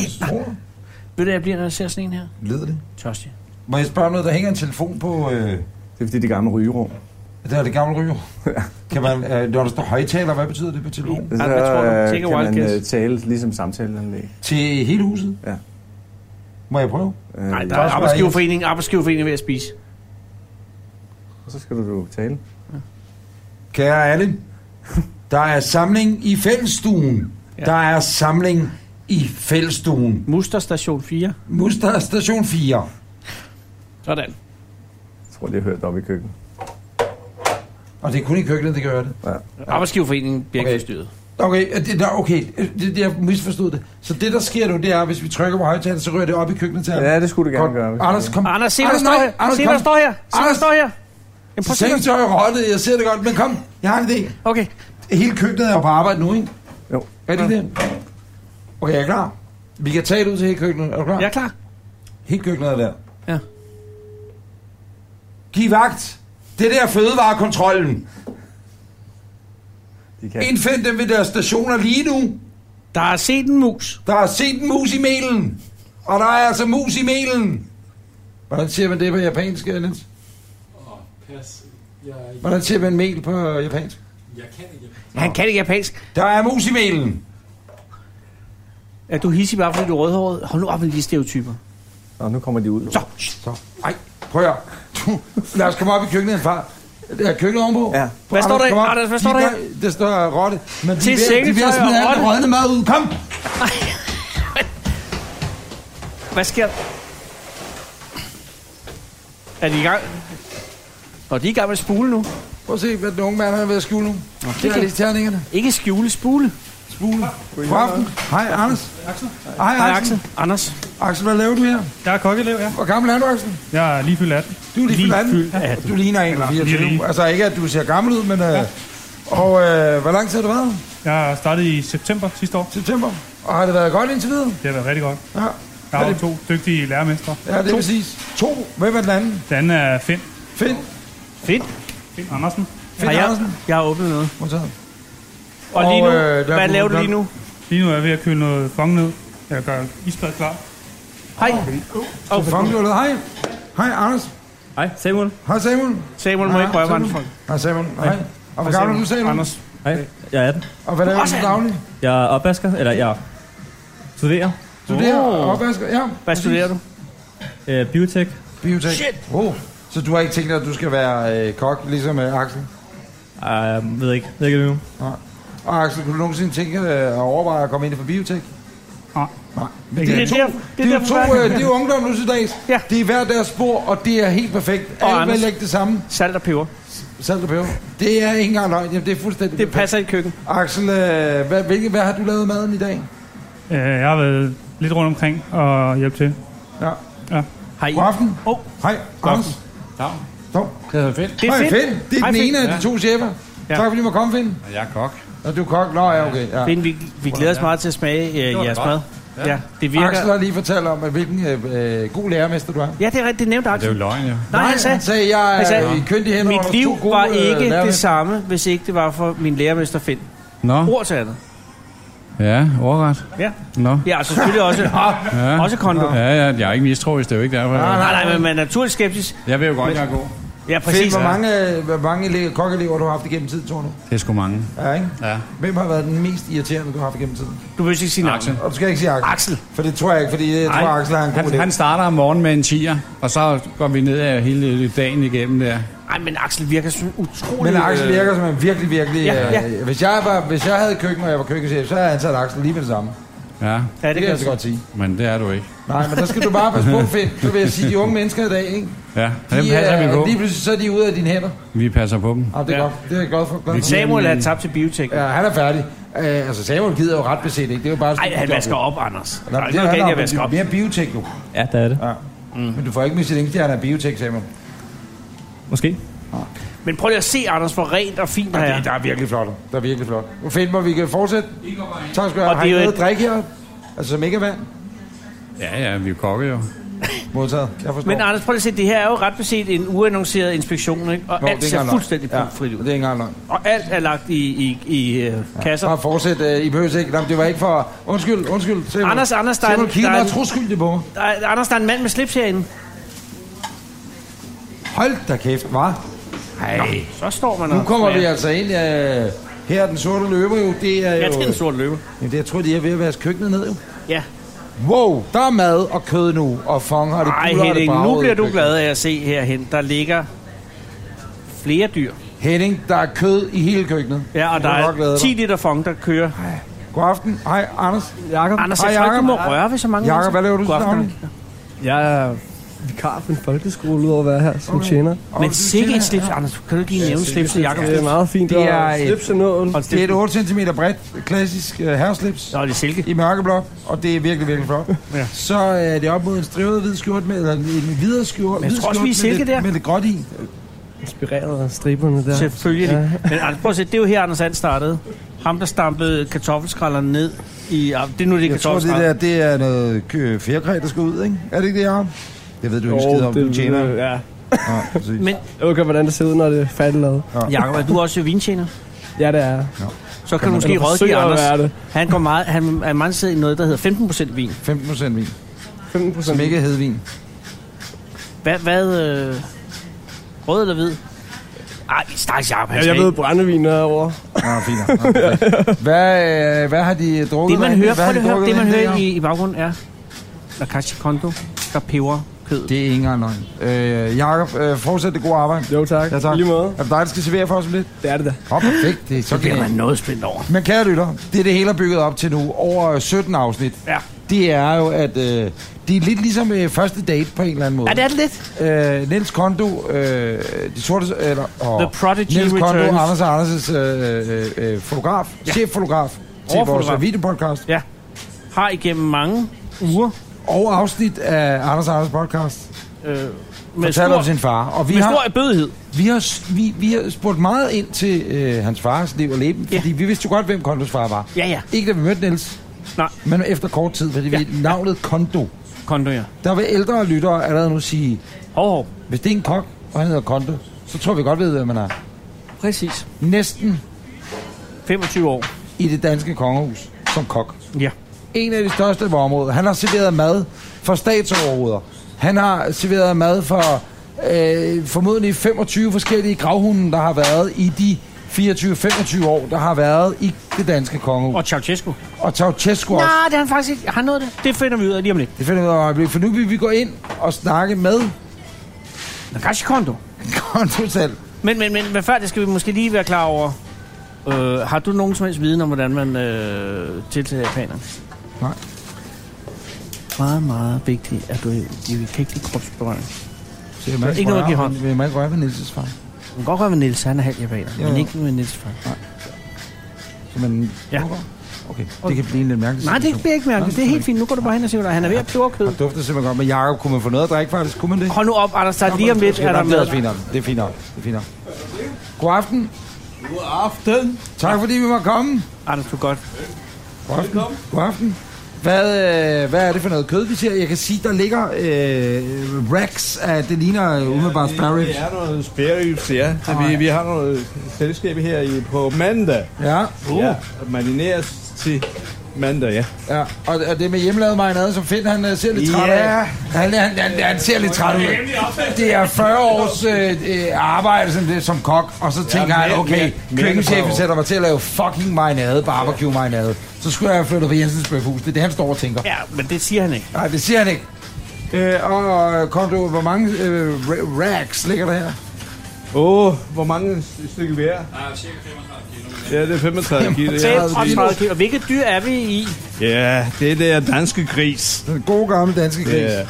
Det Ved du, jeg bliver, når jeg ser sådan en her? Leder det. Tørstig. Må jeg spørge noget? Der hænger en telefon på... Det er fordi det gamle rygerum. Det er det gamle ryger. Kan man, når der står højtaler, hvad betyder det på telefonen? Hvad tror du? Take a kan wild man guess. tale ligesom samtaleanlæg. Til hele huset? Ja. Må jeg prøve? Nej, der er arbejdsgiverforeningen ved at spise. Og så skal du tale. Kære alle, der er samling i fællesstuen. Ja. Der er samling i fællesstuen. Muster station 4. Muster station 4. Sådan. Jeg tror, det er hørt op i køkkenet. Og det er kun i køkkenet, det gør det. Ja. Arbejdsgiverforeningen bliver ikke Okay. forstyrret. Okay, jeg misforstod det. Så det, der sker nu, det er, hvis vi trykker på højtaler, så rører det op i køkkenet til ham. Ja, det skulle du gerne Godt. gøre. Anders, kom. Anders, se hvad der Anders, står nej. her. Anders, Se hvad der kom. står her. Se hvad der Anders. står her. Jamen, prøv at se. Sengetøj og rotte, jeg ser det godt, men kom, jeg har en idé. Okay. Hele køkkenet er jo på arbejde nu, ikke? Jo. Er det det? Okay, jeg er klar. Vi kan tage det ud til hele køkkenet. Er du klar? Jeg er klar. Hele køkkenet er der. Ja. Giv vagt. Det der fødevarekontrollen. De kan. Indfind dem ved deres stationer lige nu. Der er set en mus. Der er set en mus i melen. Og der er altså mus i melen. Hvordan siger man det på japansk, Niels? Pas. Hvordan siger man mel på japansk? Jeg kan ikke. Han kan ikke japansk. Der er mus i melen. Er du hissig bare fordi du er rødhåret? Hold nu op med de stereotyper. Og nu kommer de ud. Så. Ej, prøv at høre. Lad os komme op i køkkenet, far. Der er køkkenet ovenpå. Ja. Hvad står der? Anders, hvad står der? Der står rotte. Men Til de er ved sengetøj at smide og alt det rådne mad ud. Kom! Hvad sker der? Er de i gang? Og de er i gang med at spule nu. Prøv at se, hvad den unge mand er ved at skjule nu. Det er lige terningerne. Ikke skjule, spule. Spule. God aften. Hej, Anders. Axel? Hej, Axel. Anders. Axel, hvad laver du her? Jeg er kokkeelev, ja. Hvor gammel er du, Axel? Jeg er lige fyldt 18. Du er lige fyldt 18. Du ligner en af 24. Altså ikke, at du ser gammel ud, men... Og hvor lang tid har du været? Jeg startede i september sidste år. September. Og har det været godt indtil videre? Det har været rigtig godt. Ja. Jeg har 2 dygtige lærermestre. Ja, det er præcis. 2. Hvem er den anden? Den anden er Finn. Finn. Fedt. Finn Andersen. Finn Andersen. Jeg har åbnet noget. Modtaget. Og lige nu, hvad laver du lige nu? Lige nu er jeg ved at køle noget fong ned. Jeg gør isbad klar. Hej. Hej. Hej, Anders. Hej, Samuel. Hej, Samuel. Samuel må ikke røre mig. Hej, Samuel. Hej. Og hvor gammel er du, Samuel? Anders. Hej, jeg er 18. Og hvad laver du til daglig? Jeg er opvasker, eller jeg studerer. Studerer og opvasker, ja. Hvad studerer du? Biotek. Biotek. Shit. Så du har ikke tænkt dig, at du skal være kok, ligesom Axel? Jeg ved ikke det nu. Nej. Og Axel, kunne du nogensinde tænke at overveje at komme ind på biotek? Nej. Men Det er jo ungdom nu til dags. Ja. Det er hver deres spor, og det er helt perfekt. Og Alle vil lægge det samme. Salt og peber. Salt og peber. Det er ikke engang løgn. Jamen, det er fuldstændig Det perfekt. passer i køkken. Axel, hvad har du lavet maden i dag? Jeg har været lidt rundt omkring og hjælpe til. Ja. Hej. God aften. Hej, Anders. Ja. Dog. Det er fedt. Det er Hej, fedt. Finn. Det er Hej, den Finn. ene af de 2 chefer. Ja. Tak fordi du må komme, Finn. Jeg er kok. Og du er kok? Nå, ja, okay. Ja. Finn, vi glæder os meget til at smage jeres mad. Ja, det virker. Axel har lige fortalt om, hvilken god lærermester du er. Ja, det er rigtigt. Det nævnte Axel. Det er jo løgn, ja. Nej, han sagde, jeg er køndig hen over mit liv 2 gode var ikke det lærermester. samme, hvis ikke det var for min lærermester Finn. Nå, Ord til andet. ja, overret. Ja. Nå. Ja, og selvfølgelig også, Ja. også kondo. Ja, jeg er ikke mistroisk, det er jo ikke derfor. Nej, men man er naturligt skeptisk. Jeg ved jo godt, jeg er god. Ja, Finn, præcis. hvor mange kokkeelever du har haft igennem tiden, tror du? Det er sgu mange. Ja, ikke? Ja. Hvem har været den mest irriterende, du har haft igennem tiden? Du vil ikke sige navn. Axel. Og du skal ikke sige Axel. Axel. For det tror jeg ikke, fordi jeg tror, Axel har en god idé. Han starter om morgenen med en 10'er, og så går vi ned af hele dagen igennem der. Nej, men Axel virker sådan utrolig... Men Axel virker som en virkelig... Ja. Hvis jeg havde køkken, og jeg var køkkenchef, så havde jeg ansat Axel lige med det samme. Ja, Ja, Det kan jeg så godt sige. men det er du ikke. Nej, men der skal du bare passe på, Finn. Så vil jeg sige, de unge mennesker i dag, ikke? Ja, dem passer vi på. Lige pludselig så er de ude af dine hænder. Vi passer på dem. Ja, det er Ja. godt. Det er jeg godt for. Samuel er tabt til biotek. Ja, han er færdig. Altså, Samuel gider jo ret beset, ikke? Det er jo bare... Nej, han vasker op, Anders. Nå, Nej, det er noget galt, jeg vasker op. mere biotek nu. Ja, det er det. Ja. Men du får ikke Michelin-stjerne af biotek, Samuel. Måske. Men prøv lige at se, Anders, hvor rent og fint der er. Der er virkelig flot. Der er virkelig flot. Nu finder hvor vi kan fortsætte. Tak skal du have. Og Har det I er jo noget at drikke her? Altså, som ikke er vand? Ja, vi er jo kokke jo. Modtaget. Jeg forstår. Men Anders, prøv lige at se, det her er jo ret beset en uannonceret inspektion, ikke? Og Nå, alt det er ser ikke fuldstændig engang frit ud. Det er ikke engang løgn. Og alt er lagt i kasser. Bare fortsæt. I behøver ikke. Jamen, det var ikke for... Undskyld. Samuel. Anders, der er Samuel en- kigger der er meget en- troskyldig på mig. Anders, der er en mand med slips herinde. Hold da kæft, hva'? Hej. Så står man Nu og kommer vi smager. altså ind. Her er den sorte løber jo. Det er jo... Ja, det er en sort løber. Jamen, det, jeg tror, de er ved at vaske køkkenet ned jo. Ja. Wow, der er mad og kød nu. Og fanger det Ej, buller, og det Henning, brager nu i bliver du køkkenet. glad af at se herhen. Der ligger flere dyr. Henning, der er kød i hele køkkenet. Ja, og Du der er nok glad er dig. 10 liter fong, der kører. God aften. Hej, Anders. Jakob. Anders, Hej, jeg tror ikke, du må Jakob. røre ved så mange Jakob, hvad laver du til God aften. daglig? Jeg er vikar på en folkeskole, udover at være her som tjener. Men sikke et slips, Anders. Kan du ikke lige nævne slips til Jakob? Det er meget fint. Det er og et- slips og nål. Det er et 8 cm bredt, klassisk herreslips. Nå, det er silke. I mørkeblåt, og det er virkelig, virkelig flot. Ja. Så er det op mod en strivet hvid skjort med, eller en videre skjort. Men jeg tror også, vi er silke der. Med lidt gråt i. Inspireret af striberne der. Selvfølgelig. Men Anders, prøv at se, det er jo her, Anders And startede. Ham, der stampede kartoffelskrællerne ned i... Det er nu det Jeg tror, kartoffelskræller. det er noget fjerkræ, der skal ud, ikke? Er det ikke det, Jacob? Det ved du ikke skid om, du tjener. Ja. Ja, præcis. Men Jeg ved godt, hvordan det ser ud, når det er færdiglavet. Jakob, er du også vintjener? Ja, det er jeg. Så kan du måske rådgive Anders. Han er meget interesseret i noget, der hedder 15% vin. 15% vin. 15%. Som ikke er hedvin. Hvad rød eller hvid? Ej, stakkels Jacob. Jeg ved brændevin herovre. Fint. Hvad har de drukket? Det man hører i baggrunden er La Caixa Kondo, der peber kød. Det er ikke engang løgn. Jacob, fortsæt det gode arbejde. Jo, tak. Ja, tak. Lige måde. Er det dig, der skal servere for os om lidt? Det er det da. Perfekt. Så bliver man noget spændt over. Men kære lytter, det hele er bygget op til nu. Over 17 afsnit. Ja. Det er jo, at det er lidt ligesom første date på en eller anden måde. Ja, det er det lidt. Niels Kondo, de sorte... The Prodigy Niels Kondo, Returns. Anders' fotograf, cheffotograf til vores videopodcast. Ja. Har igennem mange uger. Og afsnit af Anders' podcast. Fortalte om sin far. Og vi med har, stor bødighed. Vi har spurgt meget ind til hans fars liv og leben, fordi vi vidste jo godt, hvem Kondos far var. Ja. Ikke da vi mødte Niels, nej, men efter kort tid, fordi vi navnet Kondo. Kondo, ja. Der vil ældre lyttere allerede nu sige, hvis det er en kok, og han hedder Kondo, så tror vi godt ved, hvem man er. Præcis. Næsten 25 år. I det danske kongehus som kok. Ja. En af de største på området. Han har serveret mad for statsoverhoveder. Han har serveret mad for formodentlig 25 forskellige gravhunde, der har været i de 24-25 år, der har været i det danske kongehus. Og Ceausescu. Og Ceausescu også. Nej, det har han faktisk ikke. Han nåede det. Det finder vi ud af lige om lidt. Det finder vi ud af øjeblik, for nu vil vi gå ind og snakke med La Caixa Kondo. Kondo selv. Men før det skal vi måske lige være klar over. Har du nogen som helst viden om, hvordan man tiltager japanerne? Nej. Meget, meget vigtigt, at du kan ikke lide kropsberøring. Ikke noget at give hånd. Vil man ikke røre ved Niels' far? Man kan godt røre ved Niels, han er halv japaner, men ikke med Niels' far. Nej. Så man... Ja. Okay, det kan blive en lidt mærkeligt. Nej, det bliver ikke mærkeligt. Det er helt fint. Nu går du bare hen og siger, at han er ved at peber kød. Det dufter simpelthen godt. Men Jacob, kunne man få noget at drikke faktisk? Kunne man det? Hold nu op, Anders. Der lige om lidt er der med. Det er fint nok. God aften. God aften. Tak fordi vi må komme. Anders, du er godt. God aften. Hvad er det for noget kød, vi ser? Jeg kan sige, der ligger racks af, det ligner umiddelbart spare ribs. Det er noget spare ribs, ja. Vi har noget selskab her på mandag. Ja. Ja, marineres til mandag, ja. Ja, og det med hjemmelavet marinade, som Finn, han ser lidt træt af. Han ser lidt træt ud. Det er 40 års arbejde som kok, og så tænker han, okay, køkkenchefen sætter mig til at lave fucking marinade, barbecue marinade. Så skulle jeg have flyttet på Jensens Bøfhus. Det er det, han står og tænker. Ja, men det siger han ikke. Nej, det siger han ikke. Og Kondo, hvor mange racks ligger der her? Hvor mange stykker vi er? Cirka 35 kilo. Ja, det er 35 kilo. 35 kilo. Hvilket dyr er vi i? Ja, det er danske gris. Den gode gamle danske gris. Yeah.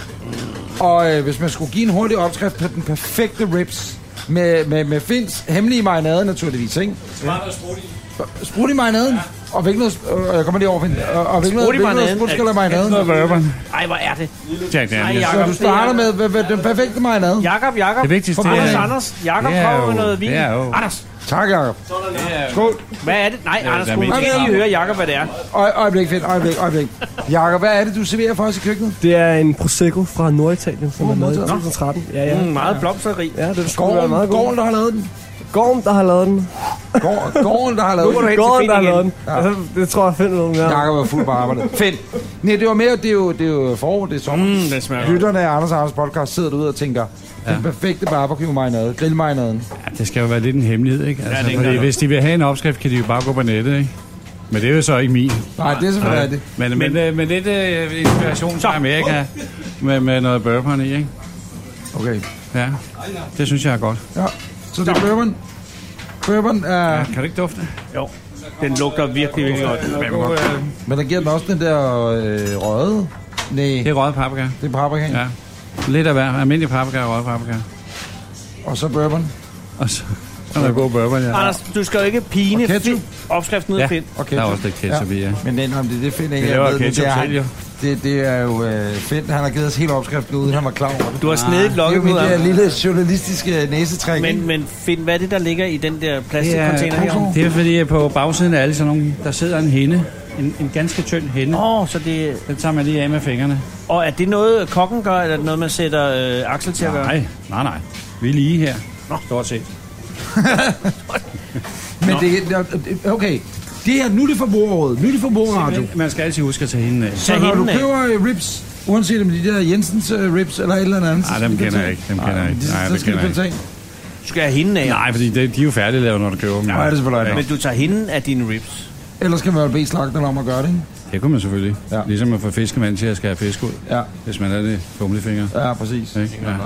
Og hvis man skulle give en hurtig opskrift på den perfekte ribs, med Finns hemmelige marinade naturligvis, ikke? Sprut i marinaden? Ja. Og hvilken noget... Jeg kommer lige over, Finn. Og hvilken noget sprutskælder marinaden? Ej, hvor er det? Så du starter med den perfekte marinade. Jakob. Det vigtigste er... Anders. Jakob kommer med noget vin. Anders. Tak, Jakob. Skål. Hvad er det? Nej, Anders, skulle måske lige høre, Jakob, hvad det er. Øjeblik, Finn. Øjeblik. Jakob, hvad er det, du serverer for os i køkkenet? Det er en Prosecco fra Norditalien, som er lavet i 2013. Ja. Meget blomsterrig. Ja, det skulle være meget godt. Gården, der har lavet den. Gården, der har lavet den. Gården, der har lavet den. Gården, der har lavet den. Ja. Altså, det tror jeg, Finn ved mere. Jakob er fuld på arbejde. Finn. Nej, det var mere, det er jo forår, det er sommer. Det smager. Lytterne af Anders podcast sidder derude og tænker, den perfekte barbecue-marinade, grillmarinaden. Ja, det skal jo være lidt en hemmelighed, ikke? Altså, ja, fordi hvis de vil have en opskrift, kan de jo bare gå på nettet, ikke? Men det er jo så ikke min. Nej, det er selvfølgelig det. Men lidt inspiration fra Amerika med noget bourbon i, ikke? Okay. Ja, det synes jeg er godt. Ja, så det er bourbon. Bourbon er... Ja, kan du ikke dufte? Jo, den lugter virkelig, virkelig godt. Men der giver den også den der røde. Nej. Det er røget paprika. Det er paprika. Ja. Lidt af hver. Almindelig paprika og røget paprika. Og så bourbon. Og så er der god bourbon, ja. Anders, du skal jo ikke pine opskriften ud af Finn. Okay. Der er også lidt ketchup i, ja. Men det Finn ikke. Det laver ketchup selv, jo. Det er jo Finn, han har givet os hele opskriften uden han var klar over det. Du har snedigt lokket ud af. Det er mit lille journalistiske næsetræk. Men Finn, hvad er det, der ligger i den der plastikcontainer her? Det er fordi, på bagsiden af alle sådan nogle, der sidder en hende. En ganske tynd hende. Så det... Den tager man lige af med fingrene. Og er det noget, kokken gør, eller er det noget, man sætter Axel til at gøre? Nej. Vi er lige her. Stort set. Men det... Okay. Det her, nu er det forbrugerrådet. Nu er det forbrugerradio. Man skal altid huske at tage hende af. Så når du køber ribs, uanset om de der Jensens ribs eller et eller andet... Nej, dem kender jeg ikke. Så skal du betale. Du skal have hende af. Nej, fordi de er jo færdiglavet, når du køber dem. Ja, det er selvfølgelig. Men du tager hende af dine ribs. Ellers skal man jo bede slagteren om at gøre det, ikke? Det kunne man selvfølgelig. Ja. Ligesom at få fiskemand til at skære fisk ud. Ja. Hvis man er det fumlefinger. Ja, præcis. Ja.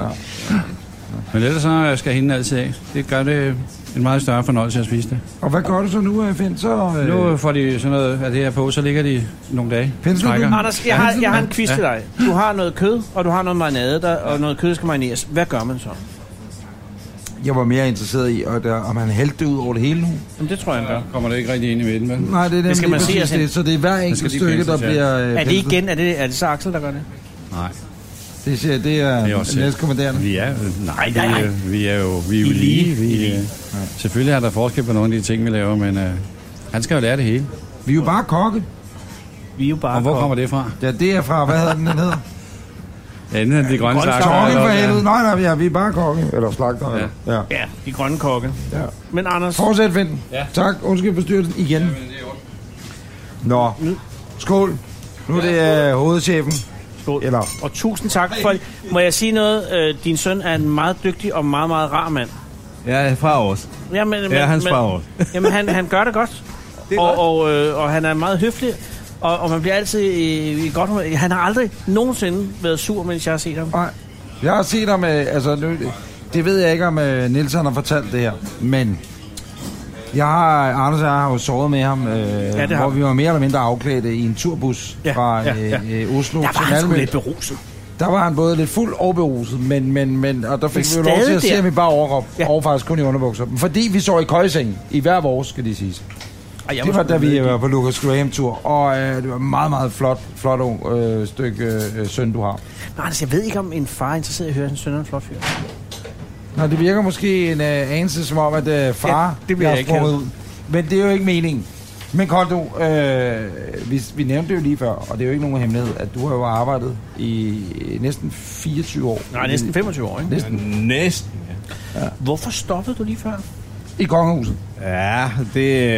Men ellers så skal hende altid af. Det gør det en meget større fornøjelse at spise det. Og hvad gør du så nu, Finn? Nu får de sådan noget af det her på, så ligger de nogle dage. Anders, jeg har en quiz til dig. Du har noget kød, og du har noget marinade der, og noget kød skal marineres. Hvad gør man så? Jeg var mere interesseret i, om han hældte det ud over det hele nu. Jamen, det tror jeg, han gør. Kommer det ikke rigtig ind i midten, vel? Nej, det er det skal man se. Så det er hver enkelt stykke, der bliver... Er det igen? Er det så Axel, der gør det? Nej. Det er næstkommanderende. Vi er jo lige. Selvfølgelig er der forskel på nogle af de ting, vi laver, men han skal jo lære det hele. Vi er jo bare kokke. Og hvor kommer det fra? Ja, det er fra, hvad hedder den hedder? Ja, enten de grønne slagter. Kokke for helvede. Nej, vi er bare kokke. Eller slagter. Ja, de grønne kokke. Ja. Men Anders... Fortsæt, Finn. Ja. Tak. Undskyld forstyrrelsen igen. Nå. Skål. Nu er det hovedchefen. Skål. Og tusind tak for det. Må jeg sige noget? Din søn er en meget dygtig og meget, meget rar mand. Ja, far også. Hans far også. Jamen, han gør det godt. Og han er meget høflig. Og man bliver altid i godt humør. Han har aldrig nogensinde været sur, mens jeg har set ham. Nej. Jeg har set ham... det ved jeg ikke, om Niels har fortalt det her. Men... Anders og jeg har jo sovet med ham, hvor vi var mere eller mindre afklædte i en turbus fra Oslo til Malmø. Der var han sgu lidt beruset. Der var han både lidt fuld og beruset, men og der fik vi jo lov til at se ham i bare overkrop, og faktisk kun i underbukser. Fordi vi sov i køjesengen, i hver vores, skal de siges. Det var da vi var på Lucas Graham-tur, og det var meget, meget flot stykke søn, du har. Nej, altså, jeg ved ikke, om en far er interesseret i at høre, at hans søn er en flot fyr. Nå, det virker måske en anelse som om, at far bliver ikke ud. Men det er jo ikke meningen. Men Kondo, vi nævnte det jo lige før, og det er jo ikke nogen hemmelighed, at du har jo arbejdet i næsten 24 år. Nej, næsten 25 år, ikke? Næsten, ja. Hvorfor stoppede du lige før? I kongehuset. Ja, det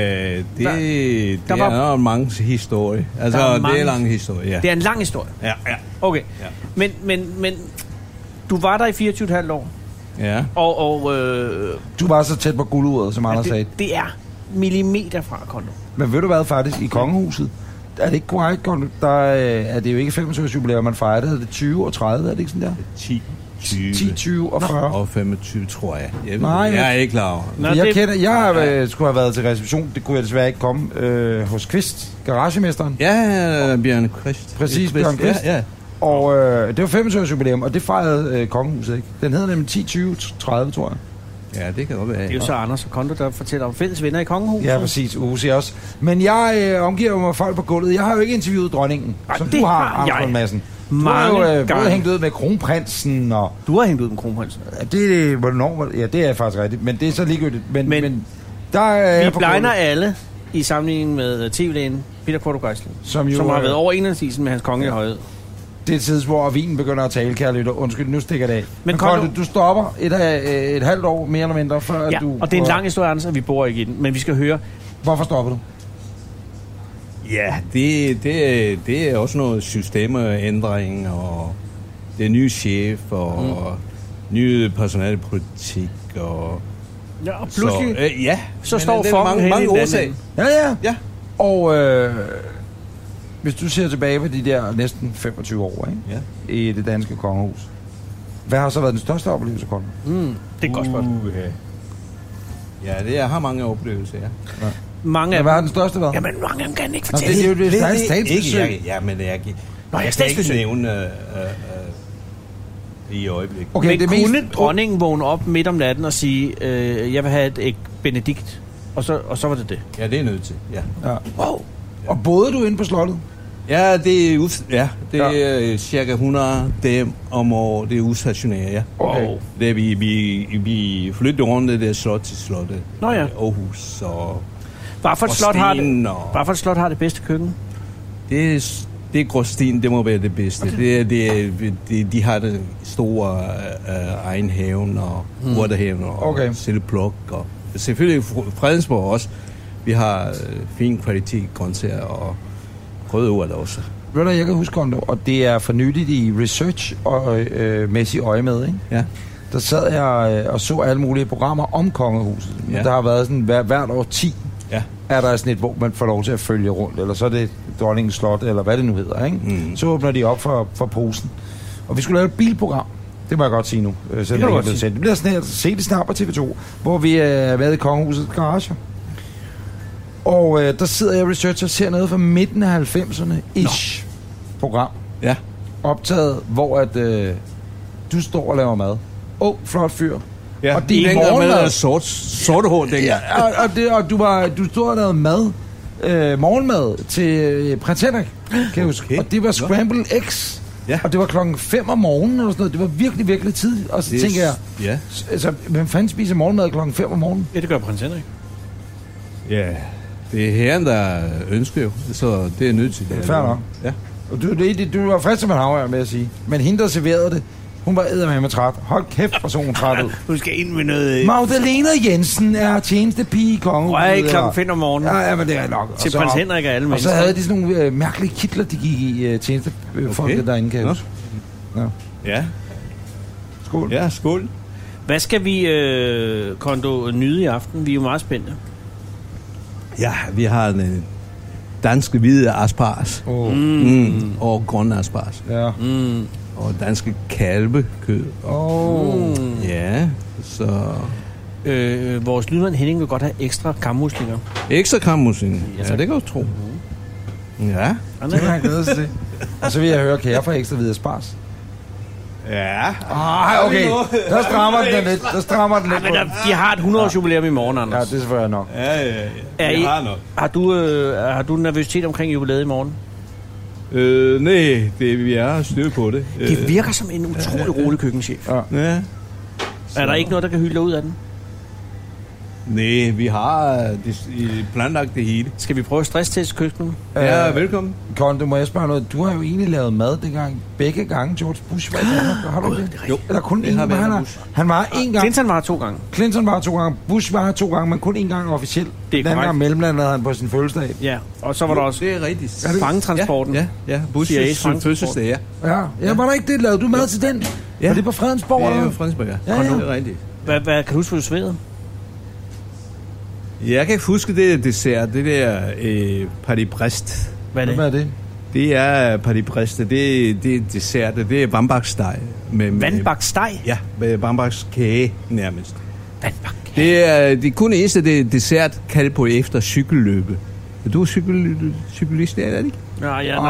er en mange historie. Altså, det er en lang historie, ja. Det er en lang historie? Ja. Okay. Ja. Men du var der i 24,5 år. Ja. Du var så tæt på gulduret, som Anders sagde. Det er millimeter fra, Kondo. Men ved du hvad, faktisk, i kongehuset, er det ikke korrekt, Kondo? Der er det jo ikke 25-års jubilæum, man fejrer. Det er 20 og 30, er det ikke sådan der? 10, 20 og 40. Og 25, tror jeg. Jeg er ikke klar over. Jeg skulle have været til reception. Det kunne jeg desværre ikke komme hos Kvist, garagemesteren. Ja, Bjørn Kvist. Præcis, Bjørn Kvist. Ja. Og det var 25-års jubilæum, og det fejrede kongehuset, ikke? Den hedder nemlig 10, 20, 30, tror jeg. Ja, det kan godt være. Det er jo så Anders og Kondo, der fortæller om fælles venner i kongehuset. Ja, præcis. Uge også. Men jeg omgiver mig folk på gulvet. Jeg har jo ikke interviewet dronningen, som du har, Anders Madsen. Du har jo både hængt ud med kronprinsen og... Du har hængt ud med kronprinsen? Ja, det er faktisk rigtigt, men det er så ligegyldigt. Men der er vi blegner alle i sammenligning med tv-lægen Peter Qvortrup Geisling, som har været over 21 med hans kongelige højhed. Det er tids, hvor vinen begynder at tale, kære lytter. Undskyld, nu stikker det af. Men du stopper et halvt år, mere eller mindre, før du... og det er en lang historie, Anders, og vi bor ikke i den. Men vi skal høre... Hvorfor stopper du? Ja, det er også noget systemeændring, og det er ny chef, og ny personalpolitik, og... Ja, og pludselig... så står folk mange årsager. Ja. Og... hvis du ser tilbage på de der næsten 25 år, ikke? Ja. I det danske kongehus, hvad har så været den største oplevelse, Kondo? Det er et godt spørgsmål. Ja, jeg har mange oplevelser, ja. Mange af hvad har den største været? Jamen, mange af dem kan jeg ikke fortælle. Det er jo det statsbesøg. Jeg kan ikke nævne i øjeblikket. Okay, men kunne dronningen vågne op midt om natten og sige, jeg vil have et æg Benedikt, og så var det det? Ja, det er nødt til, ja. Wow. Og boede du inde på slottet? Ja, det er cirka 100 dem om året, det er udstationeret, ja. Okay. Det er vi flytter rundt det der slot til slottet. Nå ja. Aarhus og Hvad for et slot har det bedste køkken? Det er Gråsten, det må være det bedste. Okay. De har det store egenhaven og urtehaven og Sildepluk og selvfølgelig Fredensborg også. vi har fin kvalitet grøntsager og rødurter også. Ved du, jeg kan huske, og det er for nyligt i research og mæssig øje med, ikke? Ja. Der sad jeg og så alle mulige programmer om kongehuset. Ja. Der har været sådan hvert år 10, er der sådan et, hvor man får lov til at følge rundt, eller så er det Dronningens Slot, eller hvad det nu hedder, ikke? Mm. Så åbner de op for posen. Og vi skulle lave et bilprogram. Det må jeg godt sige nu. Det bliver sådan her, se det snart på TV2, hvor vi er været i kongehusets garage. Og der sidder jeg og researcher og ser noget fra midten af 90'erne ish program. Ja. Optaget, hvor at du står og laver mad. Flot fyr. Ja, og det er morgenmad. Sorte hår, ja, og du stod og lavede mad. Morgenmad til prins Henrik, kan jeg huske. Og det var scrambled eggs. Ja. Og det var 5:00 om morgenen eller sådan noget. Det var virkelig, virkelig tidligt. Og så tænker jeg, altså, hvem fanden spiser morgenmad 5:00 om morgenen? Ja, det gør prins Henrik. Ja, det er herren, der ønsker jo. Så det er nødt til det. Fair nok. Ja. Og du var frisk som en havre, med at sige. Men hende, der serverede det, hun var eddermame træt. Hold kæft, hvor så hun træt ud. Du skal ind med noget... Magdalena Jensen er tjenestepige i kongehuset. Nej, 5:00 om morgenen. Ja, men det er nok. Til prins Henrik og alle mennesker. Og så havde de sådan nogle mærkelige kitler, de gik i tjenestefolket derinde, kan jeg huske. Ja. Skål. Ja, skål. Hvad skal vi, Kondo, nyde i aften? Vi er jo meget spændte. Ja, vi har en danske hvide asparges. Og grønne asparges. Ja. Og danske kalvekød. Ja, så... Vores lydmand Henning vil godt have ekstra kammuslinger. Ekstra kammuslinger? Ja, det kan du tro. Ja. Det kan jeg glæde sig til. Og så vil jeg høre, kan jeg få ekstra hvide asparges? Ja. Okay. Der strammer den lidt. Men de har et 100-års jubilæum i morgen, Anders. Ja, det er selvfølgelig nok. Ja. Har du nervøsitet omkring jubilæet i morgen? Nej, vi er styr på det. Det virker som en utrolig rolig køkkenchef. Ja. Er der ikke noget, der kan hylde ud af den? Nej, vi har planlagt det hele. Skal vi prøve at stressteste køkkenet? Ja, velkommen. Kondo, må jeg spørge noget? Du har jo egentlig lavet mad dengang, begge gange, George Bush var i Danmark. Har du det? Jo. Eller kun én gang? Han var én gang. Clinton var 2 gange. Clinton var 2 gange. Bush var 2 gange, men kun 1 gang officielt. Det er korrekt. Den gang mellemlandet han på sin fødselsdag. Ja, og så var der også det er rigtigt. fangetransporten. Ja. Bush's fødselsdag, Ja, var der ikke det? Lavede du mad til den? Ja. Var det på Fredensborg? Ja, på Fredensborg, ja. Det er rigtigt. Hvad kan du huske, hvad du svede? Jeg kan ikke huske det dessert, det der Paris Brest. Hvad er det? Det er Paris Brest, det er dessert, det er bambaksteg. Vandbaksteg? Ja, med bambakskage nærmest. Vandbakkage? Det er kun eneste det dessert kaldt på efter cykelløbe. Er du cyklist, er det ikke? Nej, det er...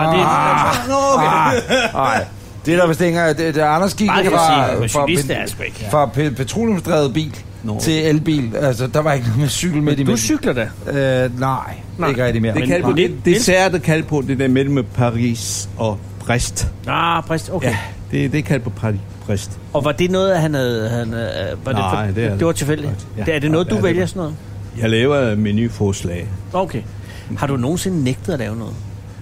Nej. Det der vist ikke det Anders gik fra petroleumsdrevet bil til elbil. Altså, der var ikke noget med cykel midt imellem. Du cykler da? Nej, ikke rigtig mere. Det dessert er kaldt på det der mellem Paris og Brest. Brest, okay. Ja, det er kaldt på Paris Brest. Og var det noget, han det var tilfældigt? Ja. Er det noget, du vælger sådan noget? Jeg laver menuforslag. Okay. Har du nogensinde nægtet at lave noget?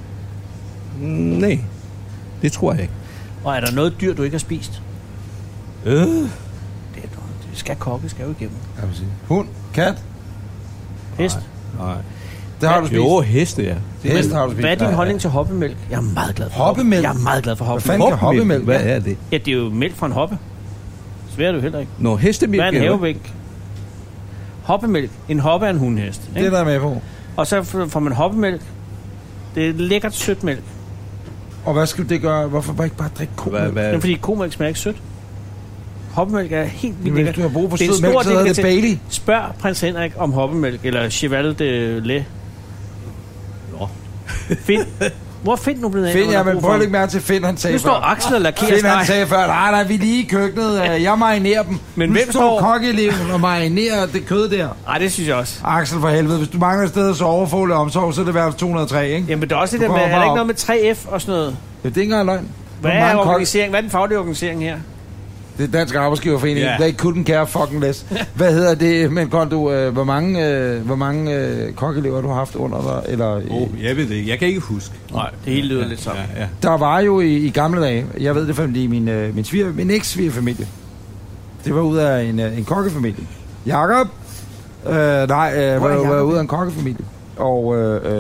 Nej, det tror jeg ikke. Og er der noget dyr, du ikke har spist? Det skal kokke, skal jo igennem. Hund? Kat? Hest? Nej. Det har du spist? Jo, heste, ja. Hest har du spist. Hvad er din holdning til hoppemælk? Jeg er meget glad for hoppemælk. Jeg er meget glad for hoppemælk. Hvad fanden kan hoppemælk? Hvad er det? Ja, det er jo mælk fra en hoppe. Svært er det jo heller ikke. Nå, hestemælk. Hvad er en havebænk? Hoppemælk. En hoppe er en hundhest. Det er der med på. Og så får man hoppemælk. Det er lækkert sødt mælk. Og hvad skal det gøre? Hvorfor ikke bare drikke komælk? Det er fordi komælk smager ikke sødt. Hoppemælk er helt vildt lækkert. Hvis du har brug for sød mælk, så hedder det Bailey. Spørg prins Henrik om hoppemælk, eller Cheval de Lait. Nå. Finn. Hvor er Finn nu blevet af? Finn, men prøv at lægge mærke til Finn, han sagde før. Nu står Axel og lakerer Finn, han sagde før, nej, vi er lige i køkkenet, jeg marinerer dem. Men hvem står kokkeleven og marinerer det kød der? Nej, det synes jeg også. Axel, for helvede, hvis du mangler et sted at sove og få lidt omsorg, så er det værd 203, ikke? Jamen, det er også det der med, er der ikke noget med 3F og sådan noget? Det er ikke engang løgn. Hvad er organisering? Hvad er den faglige organisering her? Det er Dansk Arbejdsgiverforening. Yeah. They couldn't care fucking less. Hvad hedder det? Men Kondo, hvor mange kokkelever du har haft under dig? Eller, jeg ved det ikke. Jeg kan ikke huske. Nej, det hele lyder lidt sådan. Ja. Der var jo i gamle dage, jeg ved det fordi min eks-svigerfamilie, det var ud af en kokkefamilie. Jakob, Var ude af en kokkefamilie. Og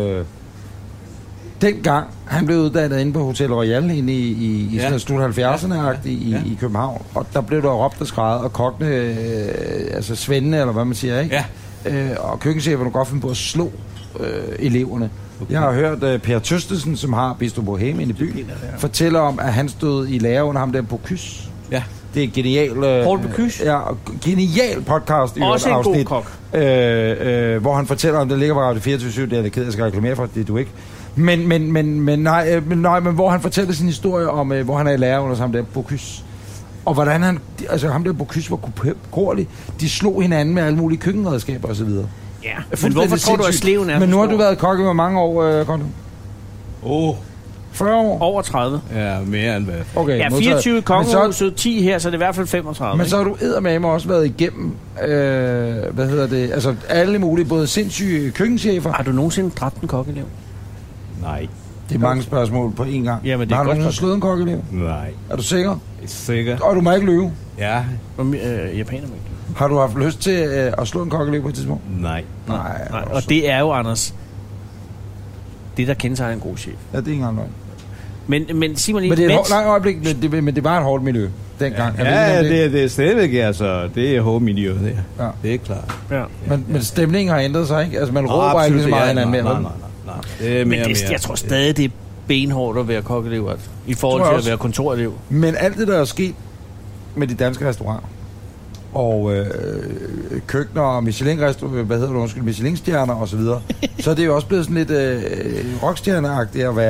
dengang han blev uddannet inde på Hotel Royal inde i slut 70'erne i København. Og der blev der råbt og skreget, og kokkene, altså svendene, eller hvad man siger, ikke? Ja. Og køkkencheferne godt finde på at slå eleverne. Okay. Jeg har hørt Per Tøstesen, som har Bistro Bohème inde i byen, fortæller om, at han stod i lære under ham der på Kys. Ja. Det er en genial... Paul Bocuse? Ja, genial podcast i også et en afsnit. God kok. Hvor han fortæller om, det ligger på Radio 24/7, det er det ked, jeg skal reklamere for, det er du ikke. Men hvor han fortæller sin historie om, hvor han er i lære under ham der Bocuse. Og hvordan han... Altså ham der Bocuse var korlig. De slog hinanden med alle mulige køkkenredskaber og så videre. Ja, men hvorfor tror du, at sleven er... Men nu har du været kokke med mange år, Kondo? 40 år? Over 30. Ja, mere end hvad. Okay, ja, 24 kongehuset, 10 her, så det er i hvert fald 35. Men så har du eddermame også været igennem, altså alle mulige, både sindssyge køkkenchefer. Har du nogensinde dræbt en kokkeelev? Nej. Det er mange spørgsmål på én gang. Ja, men det har du nogensinde slået en kokkeelev? Nej. Er du sikker? Sikker. Og du må ikke løbe? Ja. Japaner må ikke. Har du haft lyst til at slå en kokkeelev på et tidspunkt? Nej. Og det er jo, Anders, det der kendetegner en god chef. Ja, det er ikke engang løgn. Men sig mig lige... Men det er et langt øjeblik, men det var et hårdt miljø dengang. Ja, det er stadigvæk, altså, det er hårdt miljø, det er. Ja. Det er klart. Ja. Men stemningen har ændret sig, ikke? Altså, man råber ikke så meget hinanden mere. Nej. Det er mere, jeg tror stadig, det er benhårdt at være kokkeelev, i forhold til at være kontorelev. Men alt det, der er sket med de danske restauranter, og køkkener og Michelin-stjerner og så videre, så er det jo også blevet sådan lidt rockstjerneagtigt at